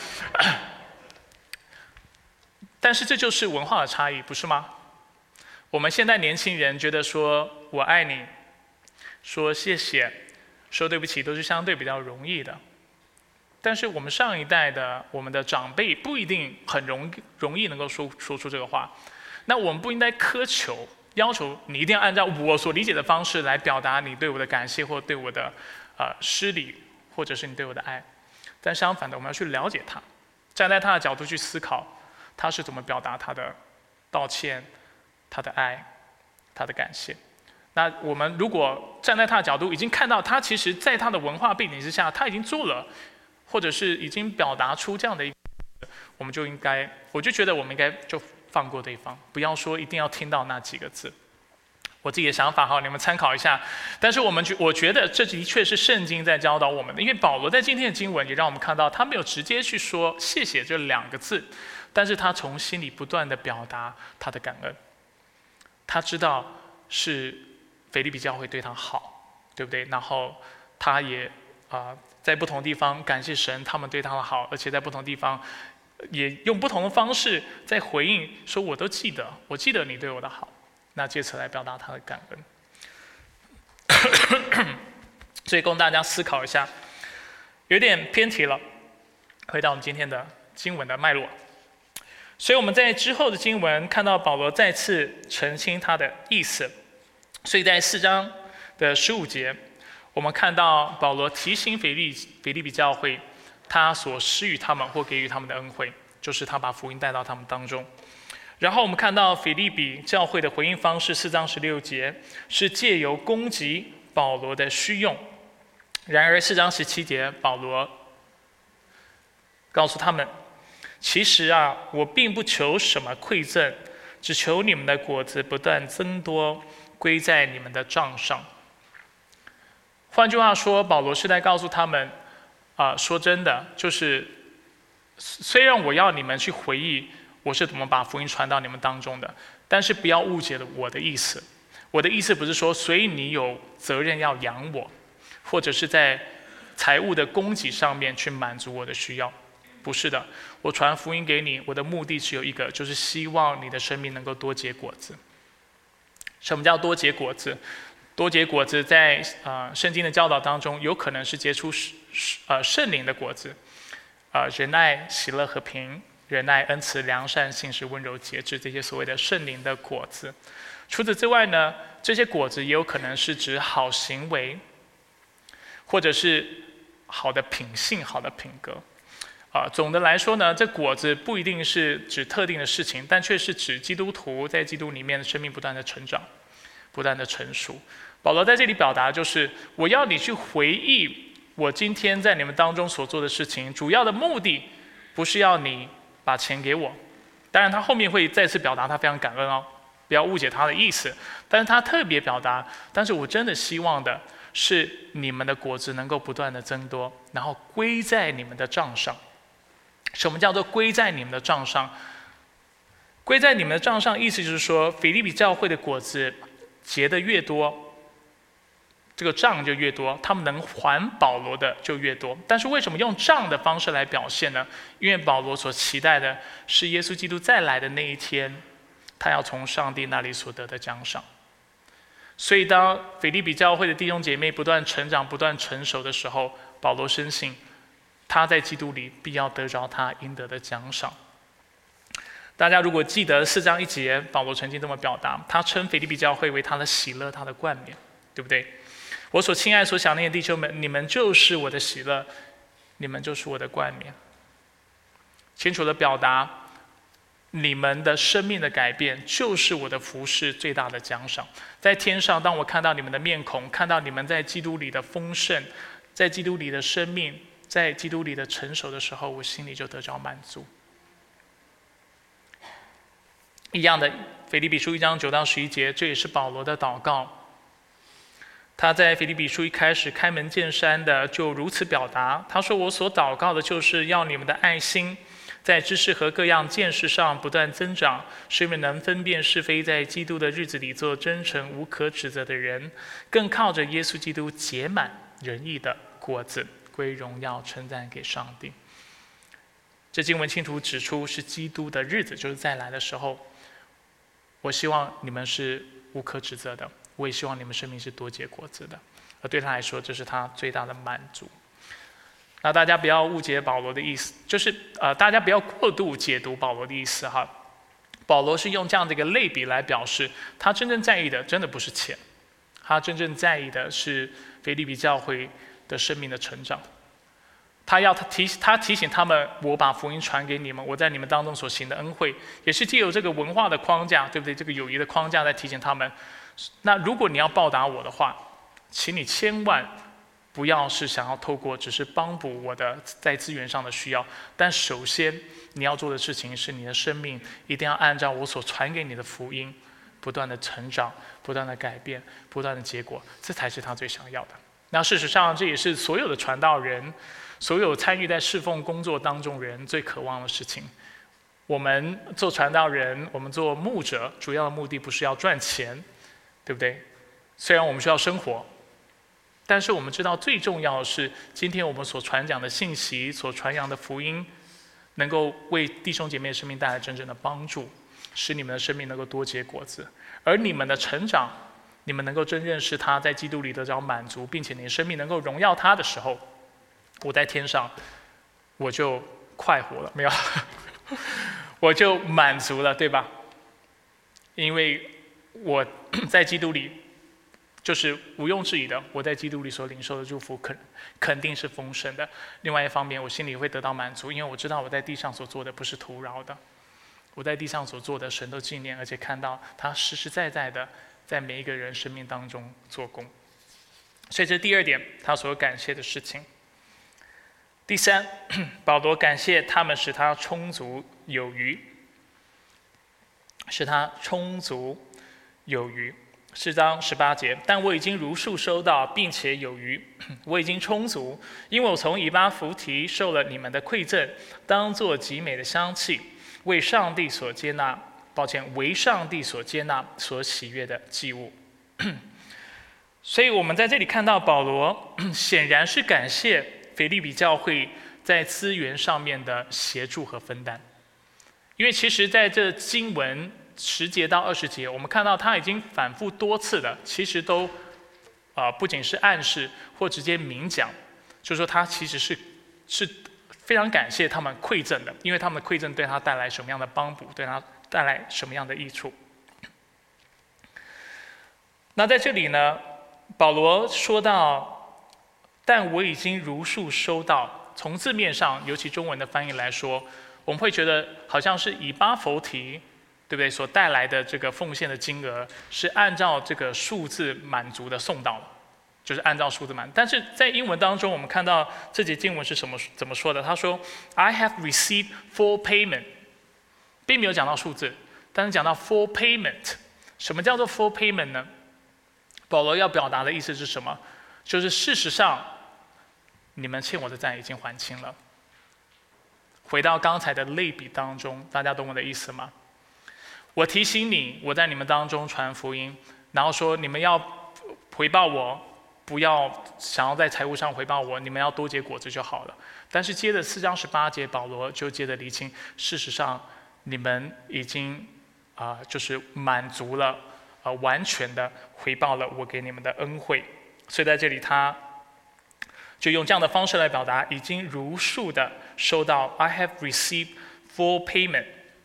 但是这就是文化的差异，不是吗？我们现在年轻人觉得说我爱你，说谢谢，说对不起都是相对比较容易的。但是我们上一代的我们的长辈不一定很容易能够说出这个话。那我们不应该苛求要求你一定要按照我所理解的方式来表达你对我的感谢或对我的施礼，或者是你对我的爱。但相反的，我们要去了解他，站在他的角度去思考，他是怎么表达他的道歉、他的爱、他的感谢。那我们如果站在他的角度，已经看到他其实在他的文化背景之下，他已经做了，或者是已经表达出这样的一个，我就觉得我们应该就放过对方，不要说一定要听到那几个字。我自己的想法哈，你们参考一下。但是我觉得这的确是圣经在教导我们的，因为保罗在今天的经文也让我们看到，他没有直接去说谢谢这2个字，但是他从心里不断的表达他的感恩。他知道是腓立比教会对他好，对不对？然后他也在不同地方感谢神，他们对他的好，而且在不同地方也用不同的方式在回应，说我都记得，我记得你对我的好。那借此来表达他的感恩。所以供大家思考一下，有点偏题了，回到我们今天的经文的脉络。所以我们在之后的经文看到保罗再次澄清他的意思。所以在4章的15节，我们看到保罗提醒腓立比教会，他所施予他们或给予他们的恩惠，就是他把福音带到他们当中。然后我们看到腓立比教会的回应方式，4章16节是借由攻击保罗的虚用。然而4章17节，保罗告诉他们，其实我并不求什么馈赠，只求你们的果子不断增多，归在你们的账上。换句话说，保罗是在告诉他们，说真的，就是虽然我要你们去回忆我是怎么把福音传到你们当中的，但是不要误解了我的意思。我的意思不是说，所以你有责任要养我，或者是在财务的供给上面去满足我的需要。不是的，我传福音给你，我的目的只有一个，就是希望你的生命能够多结果子。什么叫多结果子？多结果子在圣经的教导当中，有可能是结出圣灵的果子，仁爱、喜乐、和平。仁爱、恩慈、良善、信实、温柔、节制，这些所谓的圣灵的果子。除此之外呢，这些果子也有可能是指好行为，或者是好的品性、好的品格。总的来说呢，这果子不一定是指特定的事情，但却是指基督徒在基督里面的生命不断的成长，不断的成熟。保罗在这里表达就是，我要你去回忆我今天在你们当中所做的事情，主要的目的不是要你把钱给我，当然他后面会再次表达他非常感恩哦，不要误解他的意思。但是他特别表达，但是我真的希望的是你们的果子能够不断的增多，然后归在你们的账上。什么叫做归在你们的账上？归在你们的账上，意思就是说，腓立比教会的果子结得越多， 这个账就越多，他们能还保罗的就越多。但是为什么用账的方式来表现呢？因为保罗所期待的是耶稣基督再来的那一天，他要从上帝那里所得的奖赏。所以当腓立比教会的弟兄姐妹不断成长、不断成熟的时候，保罗深信他在基督里必要得着他应得的奖赏。大家如果记得4章1节，保罗曾经这么表达，他称腓立比教会为他的喜乐、他的冠冕，对不对？我所亲爱、所想念的弟兄们，你们就是我的喜乐，你们就是我的冠冕。清楚的表达，你们的生命的改变，就是我的服事最大的奖赏。在天上，当我看到你们的面孔，看到你们在基督里的丰盛，在基督里的生命，在基督里的成熟的时候，我心里就得着满足。一样的，腓立比书1章9到11节，这也是保罗的祷告。他在腓立比书一开始开门见山的就如此表达，他说：“我所祷告的就是要你们的爱心，在知识和各样见识上不断增长，使你们能分辨是非，在基督的日子里做真诚无可指责的人，更靠着耶稣基督结满仁义的果子，归荣耀称赞给上帝。”这经文清楚指出是基督的日子，就是再来的时候。我希望你们是无可指责的，我也希望你们生命是多结果子的，而对他来说，这是他最大的满足。那大家不要误解保罗的意思，就是大家不要过度解读保罗的意思哈。保罗是用这样的一个类比来表示，他真正在意的真的不是钱，他真正在意的是腓立比教会的生命的成长。他提醒他们，我把福音传给你们，我在你们当中所行的恩惠，也是藉由这个文化的框架，对不对？这个友谊的框架在提醒他们。那如果你要报答我的话，请你千万不要是想要透过只是帮补我的在资源上的需要，但首先你要做的事情是，你的生命一定要按照我所传给你的福音，不断的成长，不断的改变，不断的结果，这才是他最想要的。那事实上，这也是所有的传道人，所有参与在侍奉工作当中人最渴望的事情。我们做传道人，我们做牧者，主要的目的不是要赚钱，对不对？虽然我们需要生活，但是我们知道最重要的是，今天我们所传讲的信息，所传扬的福音，能够为弟兄姐妹的生命带来真正的帮助，使你们的生命能够多结果子，而你们的成长，你们能够真认识他，在基督里得着满足，并且你的生命能够荣耀他的时候，我在天上我就快活了，没有我就满足了，对吧？因为我在基督里就是毋庸置疑的，我在基督里所领受的祝福肯定是丰盛的。另外一方面，我心里会得到满足，因为我知道我在地上所做的不是徒劳的，我在地上所做的神都纪念，而且看到他实实在在的在每一个人生命当中做工。所以这是第二点，他所感谢的事情。第三，保罗感谢他们使他充足有余，使他充足有余。4章18节，但我已经如数收到，并且有余，我已经充足，因为我从以巴弗提受了你们的馈赠，当作极美的香气，为上帝所接纳，为上帝所接纳、所喜悦的祭物。所以我们在这里看到保罗显然是感谢腓立比教会在资源上面的协助和分担，因为其实在这经文10节到20节，我们看到他已经反复多次的，其实都不仅是暗示或直接明讲，就是说他其实是非常感谢他们馈赠的，因为他们的馈赠对他带来什么样的帮补，对他带来什么样的益处。那在这里呢，保罗说到，但我已经如数收到，从字面上，尤其中文的翻译来说，我们会觉得好像是以巴弗提，对不对？所带来的这个奉献的金额是按照这个数字满足的送到了，就是按照数字满。但是在英文当中，我们看到这节经文是怎么说的？他说 ：“I have received full payment”， 并没有讲到数字，但是讲到 full payment。什么叫做 full payment 呢？保罗要表达的意思是什么？就是事实上，你们欠我的债已经还清了。回到刚才的类比当中，大家懂我的意思吗？我提醒你，我在你们当中传福音，然后说你们要回报我， 不要想要在财务上回报我，你们要多结果子就好了。但是接着4章18节，保罗就接着厘清，事实上你们已经就是满足了，完全的回报了我给你们的恩惠。所以在这里他就用这样的方式来表达，已经如数的收到 I have received full payment，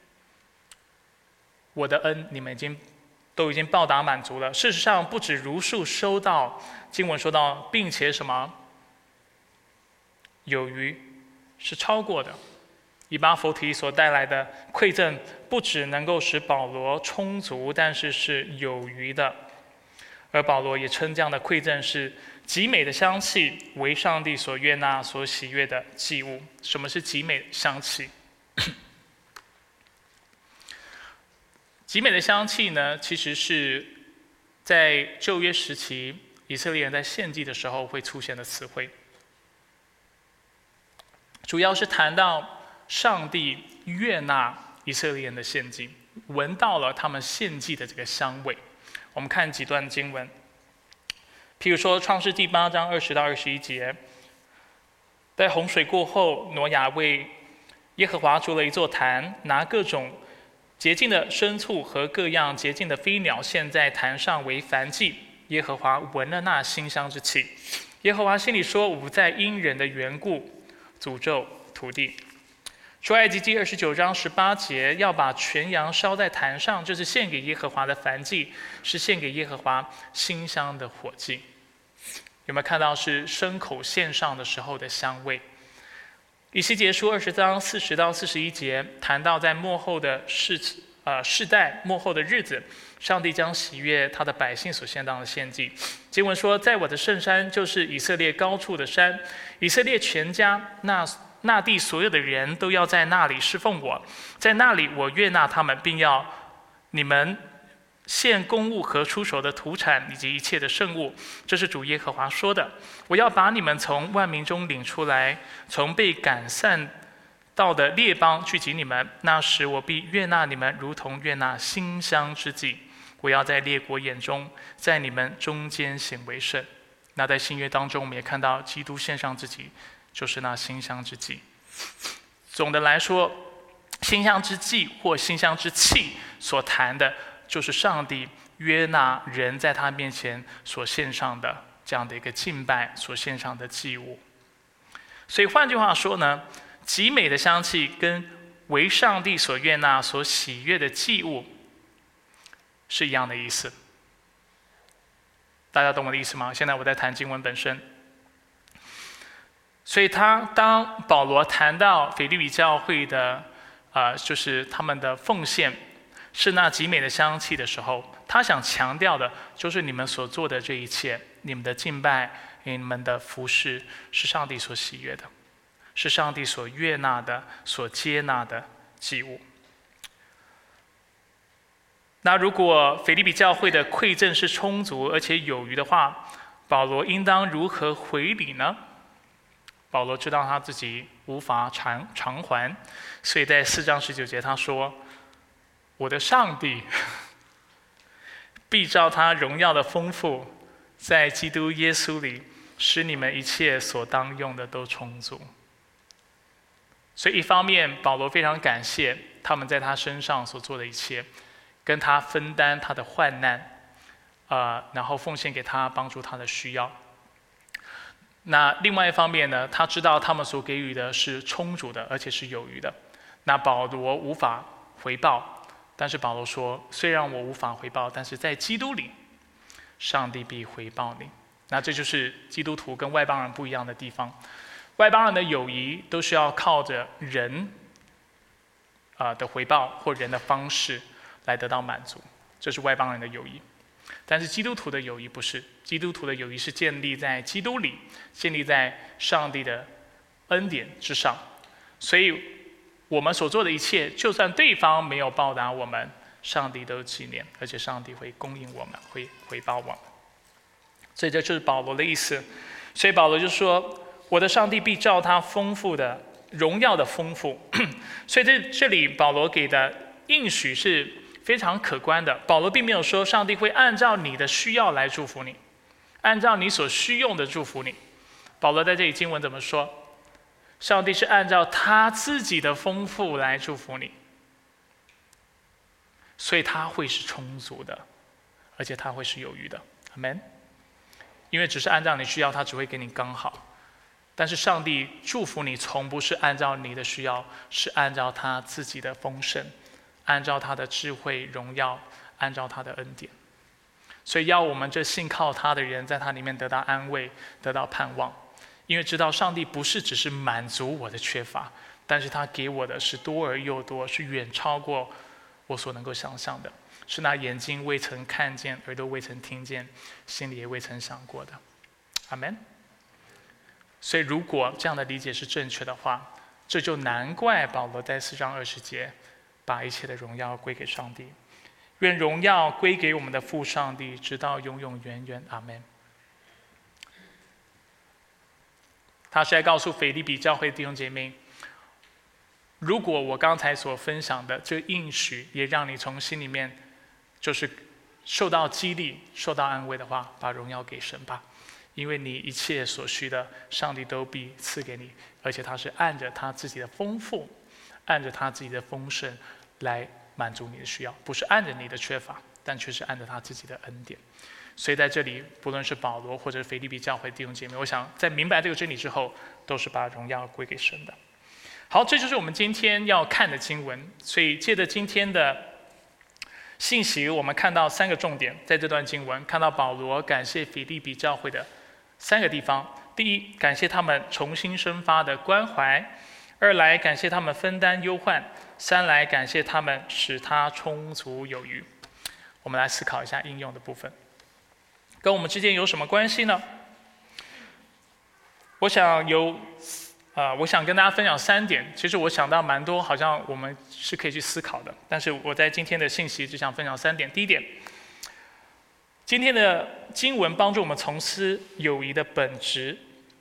我的恩你们都已经报答满足了。事实上不止如数收到，经文说到并且什么有余，是超过的。以巴弗提所带来的馈赠不只能够使保罗充足，但是是有余的。而保罗也称这样的馈赠是极美的香气，为上帝所悦纳、所喜悦的祭物。什么是极美的香气？极美的香气呢，其实是在旧约时期以色列人在献祭的时候会出现的词汇，主要是谈到上帝悦纳以色列人的献祭，闻到了他们献祭的这个香味。我们看几段经文，譬如说创世记8章20到21节，在洪水过后，挪亚为耶和华筑了一座坛，拿各种洁净的牲畜和各样洁净的飞鸟献在坛上为燔祭。耶和华闻了那馨香之气，耶和华心里说：“我不再因人的缘故诅咒土地。”出埃及记29章18节，要把全羊烧在坛上，这是献给耶和华的燔祭，是献给耶和华馨香的火祭。有没有看到是牲口献上的时候的香味？以西结书20章40到41节谈到在末后的世代、末后的日子，上帝将喜悦他的百姓所献当的献祭。经文说：“在我的圣山，就是以色列高处的山，以色列全家那地所有的人都要在那里侍奉我，在那里我悦纳他们，并要你们献公物和出手的土产以及一切的圣物。这是主耶和华说的。我要把你们从万民中领出来，从被赶散到的列邦聚集你们。那时我必悦纳你们，如同悦纳馨香之祭。我要在列国眼中，在你们中间显为圣。”那在新约当中，我们也看到基督献上自己，就是那馨香之祭。总的来说，馨香之祭或馨香之气所谈的，就是上帝约纳人在他面前所献上的这样的一个敬拜，所献上的祭物。所以换句话说呢，极美的香气跟为上帝所悦纳、所喜悦的祭物是一样的意思。大家懂我的意思吗？现在我在谈经文本身。所以当保罗谈到腓立比教会的就是他们的奉献是那极美的香气的时候，他想强调的就是你们所做的这一切，你们的敬拜、你们的服事，是上帝所喜悦的，是上帝所悦纳的、所接纳的祭物。那如果腓立比教会的馈赠是充足而且有余的话，保罗应当如何回礼呢？保罗知道他自己无法偿还，所以在4章19节他说：“我的上帝必照他荣耀的丰富，在基督耶稣里，使你们一切所当用的都充足。”所以一方面，保罗非常感谢他们在他身上所做的一切，跟他分担他的患难，然后奉献给他，帮助他的需要。那另外一方面呢，他知道他们所给予的是充足的，而且是有余的。那保罗无法回报，但是保罗说：“虽然我无法回报，但是在基督里，上帝必回报你。”那这就是基督徒跟外邦人不一样的地方。外邦人的友谊都是要靠着人的回报或人的方式来得到满足，这是外邦人的友谊。但是基督徒的友谊不是，基督徒的友谊是建立在基督里，建立在上帝的恩典之上。所以我们所做的一切，就算对方没有报答我们，上帝都纪念，而且上帝会供应我们，会回报我们。所以这就是保罗的意思。所以保罗就说：“我的上帝必照他丰富的荣耀的丰富。”所以这里保罗给的应许是非常可观的。保罗并没有说上帝会按照你的需要来祝福你， 按照你所需用的祝福你。保罗在这里经文怎么说？上帝是按照他自己的丰富来祝福你，所以他会是充足的，而且他会是有余的。阿们。因为只是按照你需要，他只会给你刚好。但是上帝祝福你，从不是按照你的需要，是按照他自己的丰盛，按照他的智慧、荣耀，按照他的恩典。所以要我们这信靠他的人，在他里面得到安慰，得到盼望。因为知道上帝不是只是满足我的缺乏，但是他给我的是多而又多，是远超过我所能够想象的，是那眼睛未曾看见，耳朵未曾听见，心里也未曾想过的。阿们。所以如果这样的理解是正确的话，这就难怪保罗在4章20节把一切的荣耀归给上帝。愿荣耀归给我们的父上帝，直到永永远远。阿们。他是在告诉腓立比教会的弟兄姐妹，如果我刚才所分享的这应许也让你从心里面就是受到激励、受到安慰的话，把荣耀给神吧，因为你一切所需的，上帝都必赐给你，而且他是按着他自己的丰富，按着他自己的丰盛来满足你的需要，不是按着你的缺乏，但却是按着他自己的恩典。所以在这里，不论是保罗或者腓立比教会弟兄姐妹，我想在明白这个真理之后，都是把荣耀归给神的。好，这就是我们今天要看的经文。所以借着今天的信息，我们看到3个重点，在这段经文看到保罗感谢腓立比教会的3个地方。第一，感谢他们重新生发的关怀；二来感谢他们分担忧患；三来感谢他们使他充足有余。我们来思考一下应用的部分。跟我们之间有什么关系呢？我想跟大家分享3点。其实我想到蛮多，好像我们是可以去思考的。但是我在今天的信息只想分享3点。第一点，今天的经文帮助我们重思友谊的本质。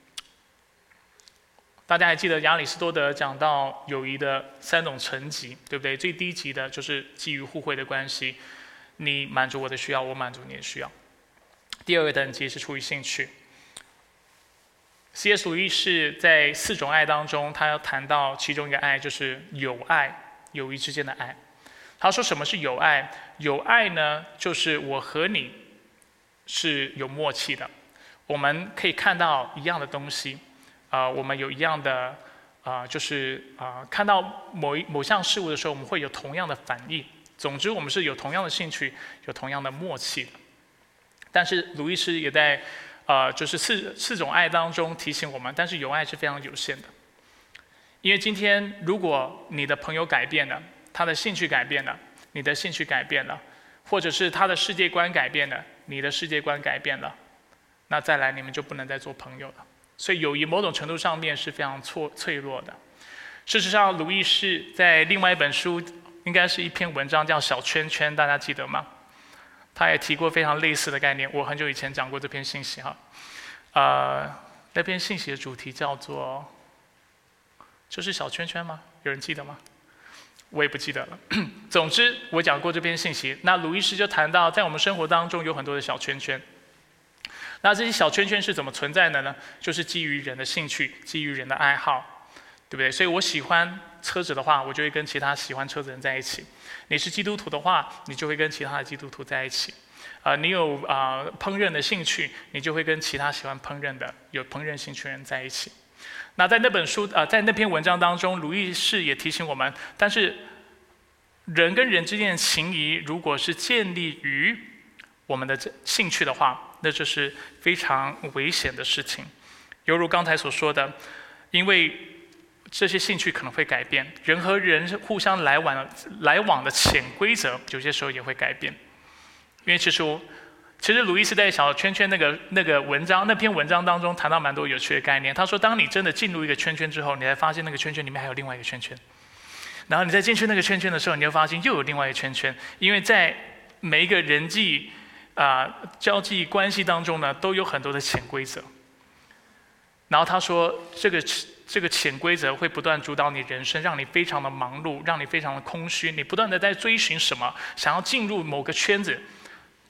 大家还记得亚里士多德讲到友谊的3种层级，对不对？最低级的就是基于互惠的关系，你满足我的需要，我满足你的需要。第二个等级是出于兴趣。C.S. 鲁易士在4种爱当中，他要谈到其中一个爱就是友爱，友谊之间的爱。他说什么是友爱？友爱呢，就是我和你是有默契的，我们可以看到一样的东西，我们有一样的看到某项事物的时候，我们会有同样的反应。总之，我们是有同样的兴趣，有同样的默契的。但是鲁易士也在就是四种爱当中提醒我们，但是友爱是非常有限的。因为今天如果你的朋友改变了，他的兴趣改变了，你的兴趣改变了，或者是他的世界观改变了，你的世界观改变了，那再来你们就不能再做朋友了。所以友谊某种程度上面是非常脆弱的。事实上，鲁易士在另外一本书，应该是一篇文章叫《小圈圈》，大家记得吗？他也提过非常类似的概念，我很久以前讲过这篇信息哈。那篇信息的主题叫做，就是小圈圈吗？有人记得吗？我也不记得了。总之，我讲过这篇信息。那鲁易士就谈到，在我们生活当中有很多的小圈圈。那这些小圈圈是怎么存在的呢？就是基于人的兴趣，基于人的爱好，对不对？所以我喜欢车子的话，我就会跟其他喜欢车子的人在一起。你是基督徒的话，你就会跟其他的基督徒在一起。你有烹饪的兴趣，你就会跟其他喜欢烹饪的、有烹饪兴趣的人在一起。那在那本书在那篇文章当中，鲁易士也提醒我们，但是人跟人之间的情谊，如果是建立于我们的兴趣的话，那就是非常危险的事情。犹如刚才所说的，因为这些兴趣可能会改变，人和人互相来往的潜规则，有些时候也会改变。因为其实鲁易斯在小圈圈那篇文章当中谈到蛮多有趣的概念。他说，当你真的进入一个圈圈之后，你才发现那个圈圈里面还有另外一个圈圈，然后你再进去那个圈圈的时候，你会发现又有另外一个圈圈。因为在每一个人际交际关系当中呢，都有很多的潜规则。然后他说，这个潜规则会不断主导你人生，让你非常的忙碌，让你非常的空虚。你不断的在追寻什么，想要进入某个圈子，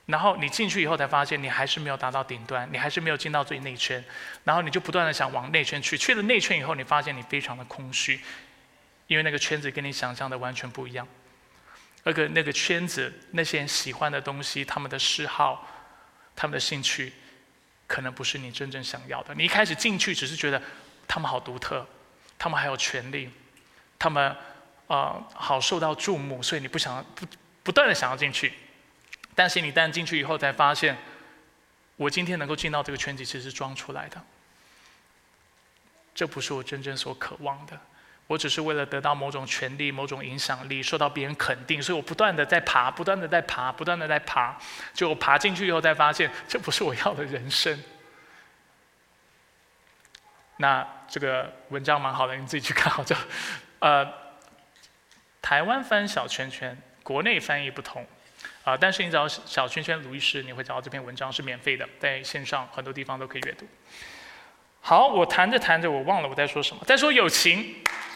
然后你进去以后才发现，你还是没有达到顶端，你还是没有进到最内圈，然后你就不断的想往内圈去，去了内圈以后，你发现你非常的空虚，因为那个圈子跟你想象的完全不一样。那个圈子，那些人喜欢的东西，他们的嗜好，他们的兴趣，可能不是你真正想要的。你一开始进去只是觉得他们好独特，他们还有权利，他们好受到注目，所以你不断的想要进去。但是你一旦进去以后，才发现，我今天能够进到这个圈子，其实是装出来的。这不是我真正所渴望的。我只是为了得到某种权利、某种影响力，受到别人肯定，所以我不断的在爬，不断的在爬，不断的在爬。结果爬进去以后，才发现这不是我要的人生。那这个文章蛮好的，你自己去看好就。台湾翻小圈圈，国内翻译不同。但是你找小圈圈鲁医师，你会找到这篇文章是免费的，在线上很多地方都可以阅读。好，我谈着谈着，我忘了我在说什么，在说友情。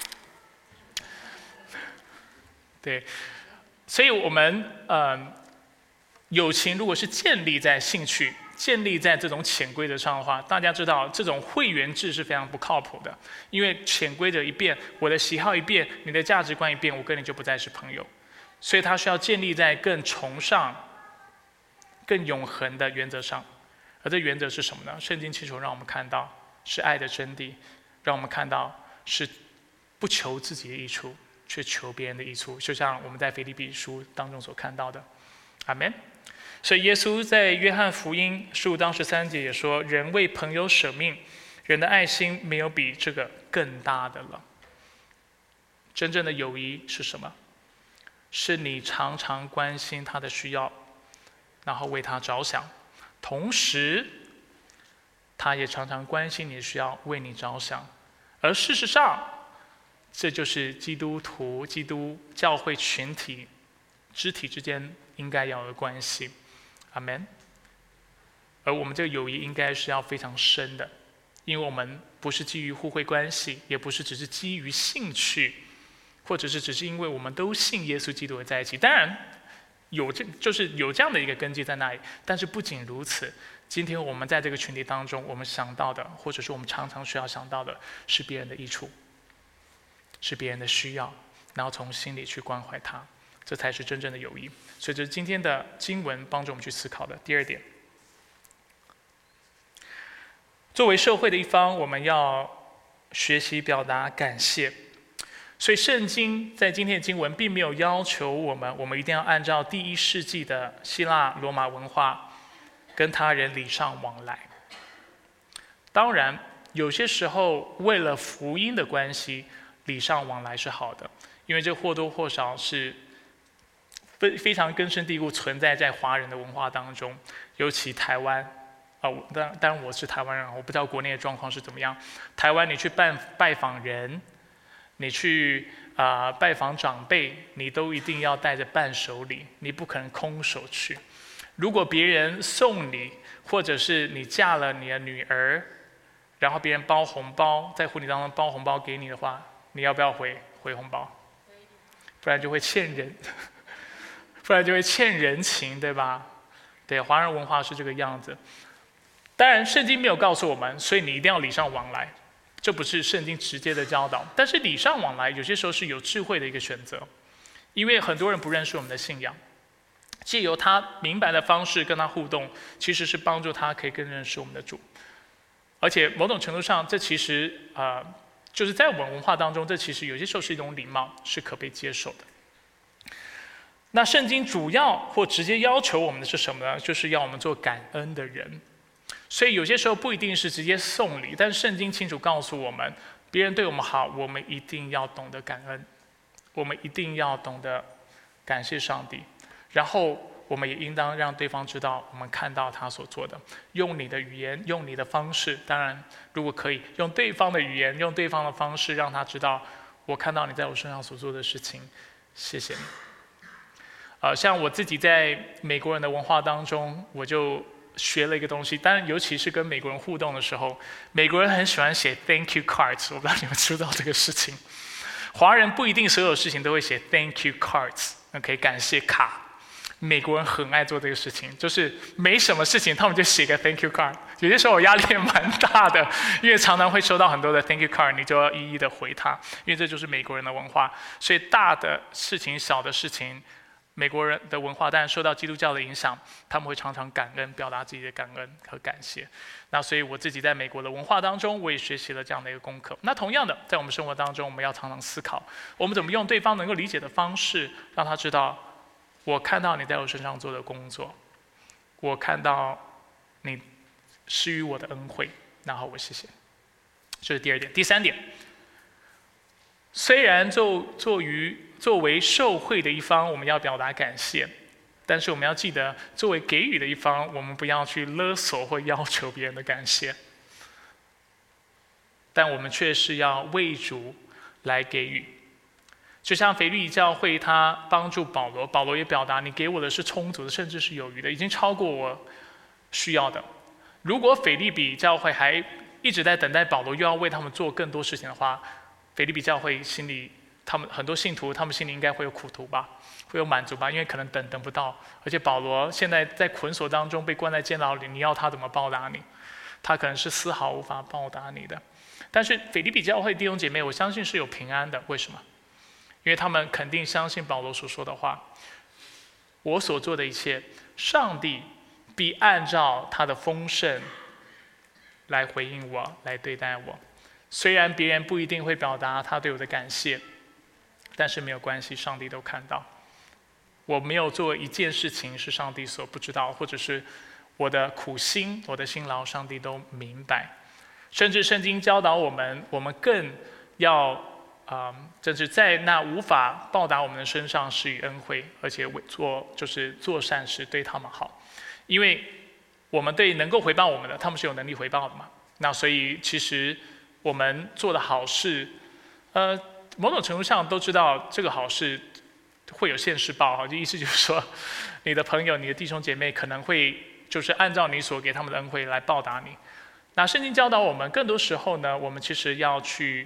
对，所以我们友情如果是建立在兴趣、建立在这种潜规则上的话，大家知道这种会员制是非常不靠谱的，因为潜规则一变，我的喜好一变，你的价值观一变，我跟你就不再是朋友。所以它需要建立在更崇尚、更永恒的原则上，而这原则是什么呢？圣经清楚让我们看到是爱的真谛，让我们看到是不求自己的益处，却求别人的益处，就像我们在腓立比书当中所看到的。阿们。所以耶稣在约翰福音15章13节也说：“人为朋友舍命，人的爱心没有比这个更大的了。”真正的友谊是什么？是你常常关心他的需要，然后为他着想，同时他也常常关心你的需要，为你着想。而事实上，这就是基督徒、基督教会群体肢体之间应该要有的关系。阿们。而我们这个友谊应该是要非常深的，因为我们不是基于互惠关系，也不是只是基于兴趣，或者是只是因为我们都信耶稣基督而在一起。当然就是有这样的一个根基在那里，但是不仅如此，今天我们在这个群体当中，我们想到的，或者是我们常常需要想到的，是别人的益处，是别人的需要，然后从心里去关怀他，这才是真正的友谊。所以这是今天的经文帮助我们去思考的第二点。作为社会的一方，我们要学习表达感谢。所以圣经在今天的经文并没有要求我们一定要按照第1世纪的希腊罗马文化跟他人礼尚往来。当然有些时候为了福音的关系，礼尚往来是好的，因为这或多或少是非常根深蒂固存在在华人的文化当中，尤其台湾。当然我是台湾人，我不知道国内的状况是怎么样。台湾你去拜访人，你去拜访长辈，你都一定要带着伴手礼，你不可能空手去。如果别人送你，或者是你嫁了你的女儿，然后别人包红包，在婚礼当中包红包给你的话，你要不要回红包？不然就会欠人，不然就会欠人情，对吧？对，华人文化是这个样子。当然圣经没有告诉我们，所以你一定要礼尚往来，这不是圣经直接的教导。但是礼尚往来有些时候是有智慧的一个选择，因为很多人不认识我们的信仰，借由他明白的方式跟他互动，其实是帮助他可以更认识我们的主。而且某种程度上，这其实就是在我们文化当中，这其实有些时候是一种礼貌，是可被接受的。那圣经主要或直接要求我们的是什么呢？就是要我们做感恩的人。所以有些时候不一定是直接送礼，但是圣经清楚告诉我们，别人对我们好，我们一定要懂得感恩，我们一定要懂得感谢上帝，然后我们也应当让对方知道我们看到他所做的，用你的语言，用你的方式，当然如果可以用对方的语言，用对方的方式，让他知道我看到你在我身上所做的事情，谢谢你。像我自己在美国人的文化当中，我就学了一个东西，当然尤其是跟美国人互动的时候，美国人很喜欢写 Thank you cards， 我不知道你们知道这个事情。华人不一定所有事情都会写 Thank you cards， OK， 感谢卡。 美国人很爱做这个事情，就是没什么事情，他们就写个 thank you card。有些时候我压力也蛮大的，因为常常会收到很多的 thank you card， 你就要一一的回他，因为这就是美国人的文化。所以大的事情、小的事情，美国人的文化当然受到基督教的影响，他们会常常感恩，表达自己的感恩和感谢。那所以我自己在美国的文化当中，我也学习了这样的一个功课。那同样的，在我们生活当中，我们要常常思考，我们怎么用对方能够理解的方式，让他知道。我看到你在我身上做的工作，我看到你施予我的恩惠，然后我谢谢。这是第二点。第三点，虽然作为受惠的一方，我们要表达感谢，但是我们要记得，作为给予的一方，我们不要去勒索或要求别人的感谢，但我们却是要为主来给予。就像腓立比教会，他帮助保罗，保罗也表达，你给我的是充足的，甚至是有余的，已经超过我需要的。如果腓立比教会还一直在等待保罗，又要为他们做更多事情的话，腓立比教会心里，他们很多信徒，他们心里应该会有苦毒吧，会有满足吧，因为可能等不到。而且保罗现在在捆锁当中，被关在监牢里，你要他怎么报答你？他可能是丝毫无法报答你的。但是腓立比教会弟兄姐妹，我相信是有平安的。为什么？因为他们肯定相信保罗所说的话，我所做的一切，上帝必按照他的丰盛来回应我，来对待我。虽然别人不一定会表达他对我的感谢，但是没有关系，上帝都看到。我没有做一件事情是上帝所不知道，或者是我的苦心、我的辛劳，上帝都明白。甚至圣经教导我们，我们更要甚至在那无法报答我们的身上施予恩惠，而且做善事，对他们好，因为我们对能够回报我们的，他们是有能力回报的嘛。那所以其实我们做的好事，某种程度上都知道这个好事会有现世报哈，就意思就是说，你的朋友、你的弟兄姐妹可能会就是按照你所给他们的恩惠来报答你。那圣经教导我们，更多时候呢，我们其实要去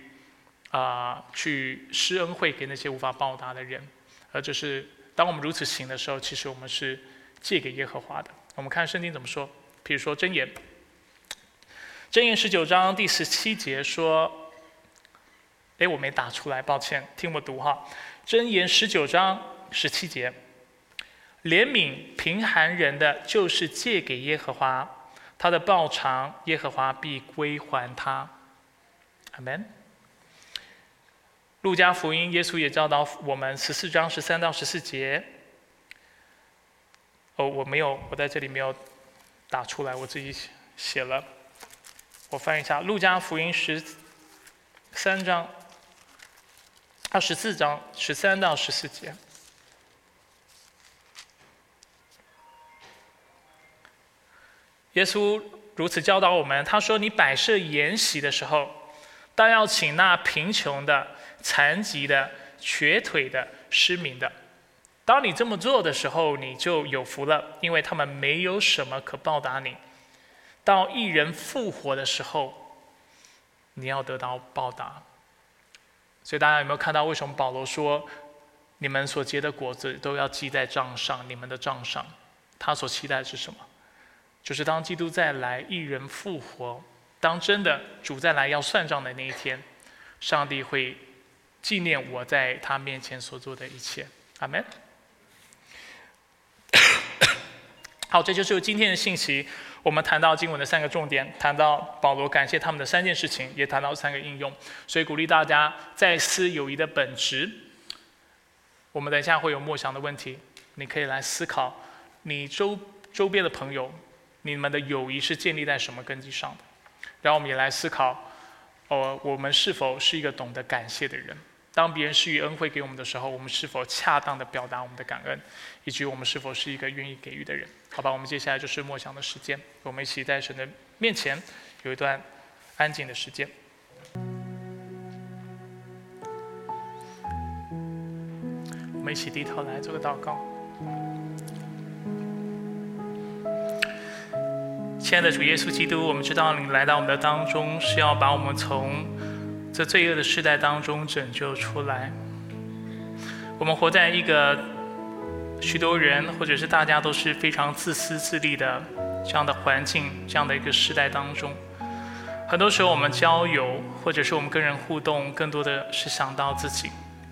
施恩惠给那些无法报答的人，而就是当我们如此行的时候，其实我们是借给耶和华的。我们看圣经怎么说，譬如说箴言19章第17节说，我没打出来，抱歉，听我读哈。箴言19章17节，怜悯贫寒人的，就是借给耶和华，他的报偿，耶和华必归还他。阿们。路加福音，耶稣也教导我们14章13到14节。我在这里没有打出来，我自己写了。我翻一下，路加福音14章13到14节。耶稣如此教导我们，他说：“你摆设筵席的时候，当要请那贫穷的、残疾的、瘸腿的、失明的。当你这么做的时候，你就有福了，因为他们没有什么可报答你。到一人复活的时候，你要得到报答。”所以大家有没有看到，为什么保罗说，你们所结的果子都要记在账上，你们的账上？他所期待的是什么？就是当基督再来，一人复活，当真的主再来要算账的那一天，上帝会纪念我在他面前所做的一切。阿们。好，这就是今天的信息。我们谈到经文的3个重点，谈到保罗感谢他们的3件事情，也谈到3个应用。所以鼓励大家再思友谊的本质。我们等一下会有默想的问题，你可以来思考你周边的朋友，你们的友谊是建立在什么根基上的？然后我们也来思考，我们是否是一个懂得感谢的人？当别人施予恩惠给我们的时候，我们是否恰当的表达我们的感恩，以及我们是否是一个愿意给予的人？好吧，我们接下来就是默想的时间，我们一起在神的面前有一段安静的时间。我们一起低头来做个祷告。亲爱的主耶稣基督，我们知道你来到我们的当中，是要把我们从这罪恶的世代当中拯救出来。我们活在一个许多人或者是大家都是非常自私自利的这样的环境，这样的一个时代当中，很多时候我们交友或者是我们跟人互动，更多的是想到自己。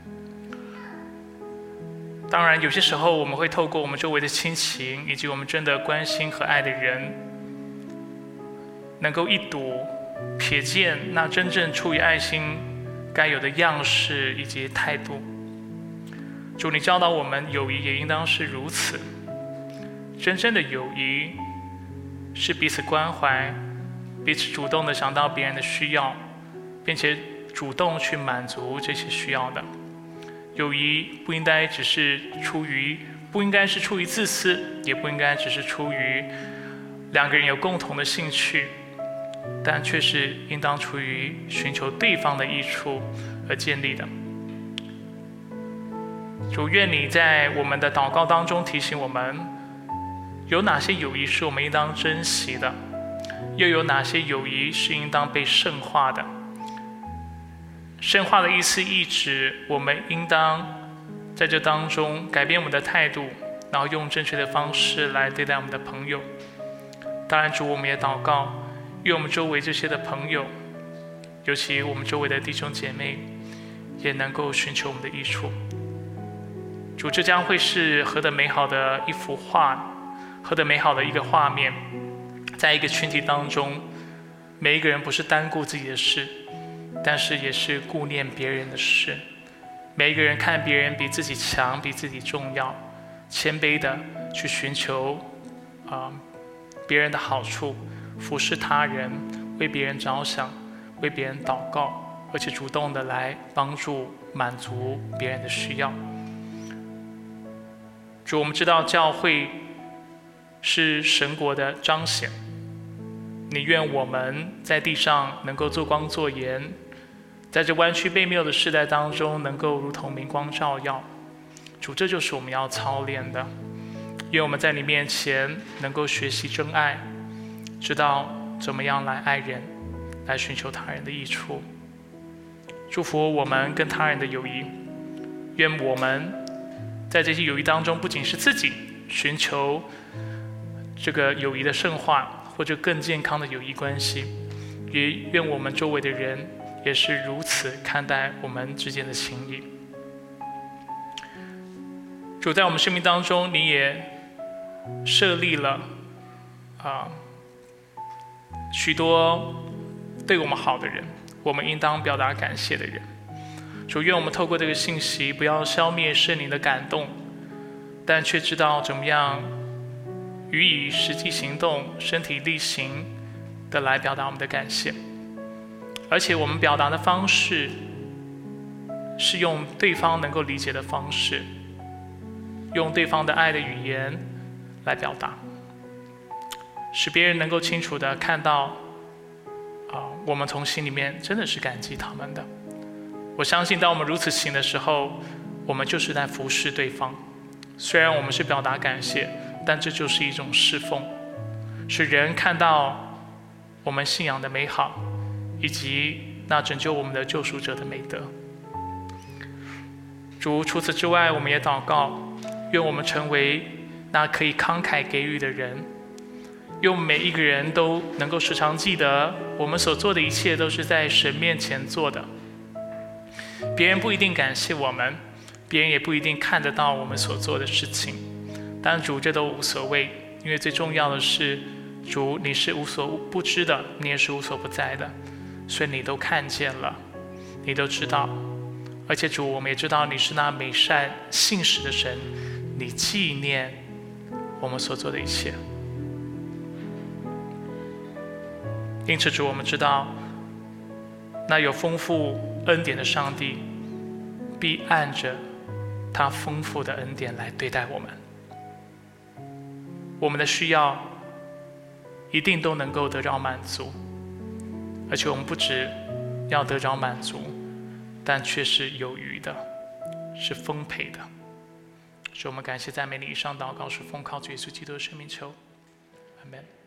当然有些时候我们会透过我们周围的亲情以及我们真的关心和爱的人，能够一睹瞥见那真正出于爱心该有的样式以及态度。主，你教导我们，友谊也应当是如此。真正的友谊是彼此关怀，彼此主动的想到别人的需要，并且主动去满足这些需要的。友谊不应该是出于自私，也不应该只是出于两个人有共同的兴趣，但却是应当出于寻求对方的益处而建立的。主，愿你在我们的祷告当中提醒我们，有哪些友谊是我们应当珍惜的，又有哪些友谊是应当被圣化的。圣化的意思意指我们应当在这当中改变我们的态度，然后用正确的方式来对待我们的朋友。当然主，我们也祷告，愿我们周围这些的朋友，尤其我们周围的弟兄姐妹，也能够寻求我们的益处。主，这将会是何等美好的一幅画，何等美好的一个画面。在一个群体当中，每一个人不是单顾自己的事，但是也是顾念别人的事。每一个人看别人比自己强，比自己重要，谦卑的去寻求别人的好处，服侍他人，为别人着想，为别人祷告，而且主动的来帮助满足别人的需要。主，我们知道教会是神国的彰显，你愿我们在地上能够做光做盐，在这弯曲悖谬的世代当中能够如同明光照耀。主，这就是我们要操练的。愿我们在你面前能够学习真爱，知道怎么样来爱人，来寻求他人的益处。祝福我们跟他人的友谊，愿我们在这些友谊当中，不仅是自己寻求这个友谊的圣化，或者更健康的友谊关系，也愿我们周围的人也是如此看待我们之间的情谊。主，在我们生命当中，你也设立了许多对我们好的人，我们应当表达感谢的人。主，愿我们透过这个信息，不要消灭圣灵的感动，但却知道怎么样予以实际行动、身体力行的来表达我们的感谢。而且我们表达的方式是用对方能够理解的方式，用对方的爱的语言来表达，使别人能够清楚地看到我们从心里面真的是感激他们的。我相信当我们如此行的时候，我们就是在服侍对方。虽然我们是表达感谢，但这就是一种侍奉，使人看到我们信仰的美好，以及那拯救我们的救赎者的美德。主，除此之外，我们也祷告，愿我们成为那可以慷慨给予的人，愿我们每一个人都能够时常记得，我们所做的一切都是在神面前做的。别人不一定感谢我们，别人也不一定看得到我们所做的事情，但主，这都无所谓，因为最重要的是，主，你是无所不知的，你也是无所不在的，所以你都看见了，你都知道。而且主，我们也知道你是那美善信实的神，你纪念我们所做的一切。因此主，我们知道那有丰富恩典的上帝必按着他丰富的恩典来对待我们，我们的需要一定都能够得到满足，而且我们不只要得着满足，但却是有余的，是丰沛的。所以我们感谢赞美你。以上祷告是奉靠主耶稣基督的圣名求，阿们。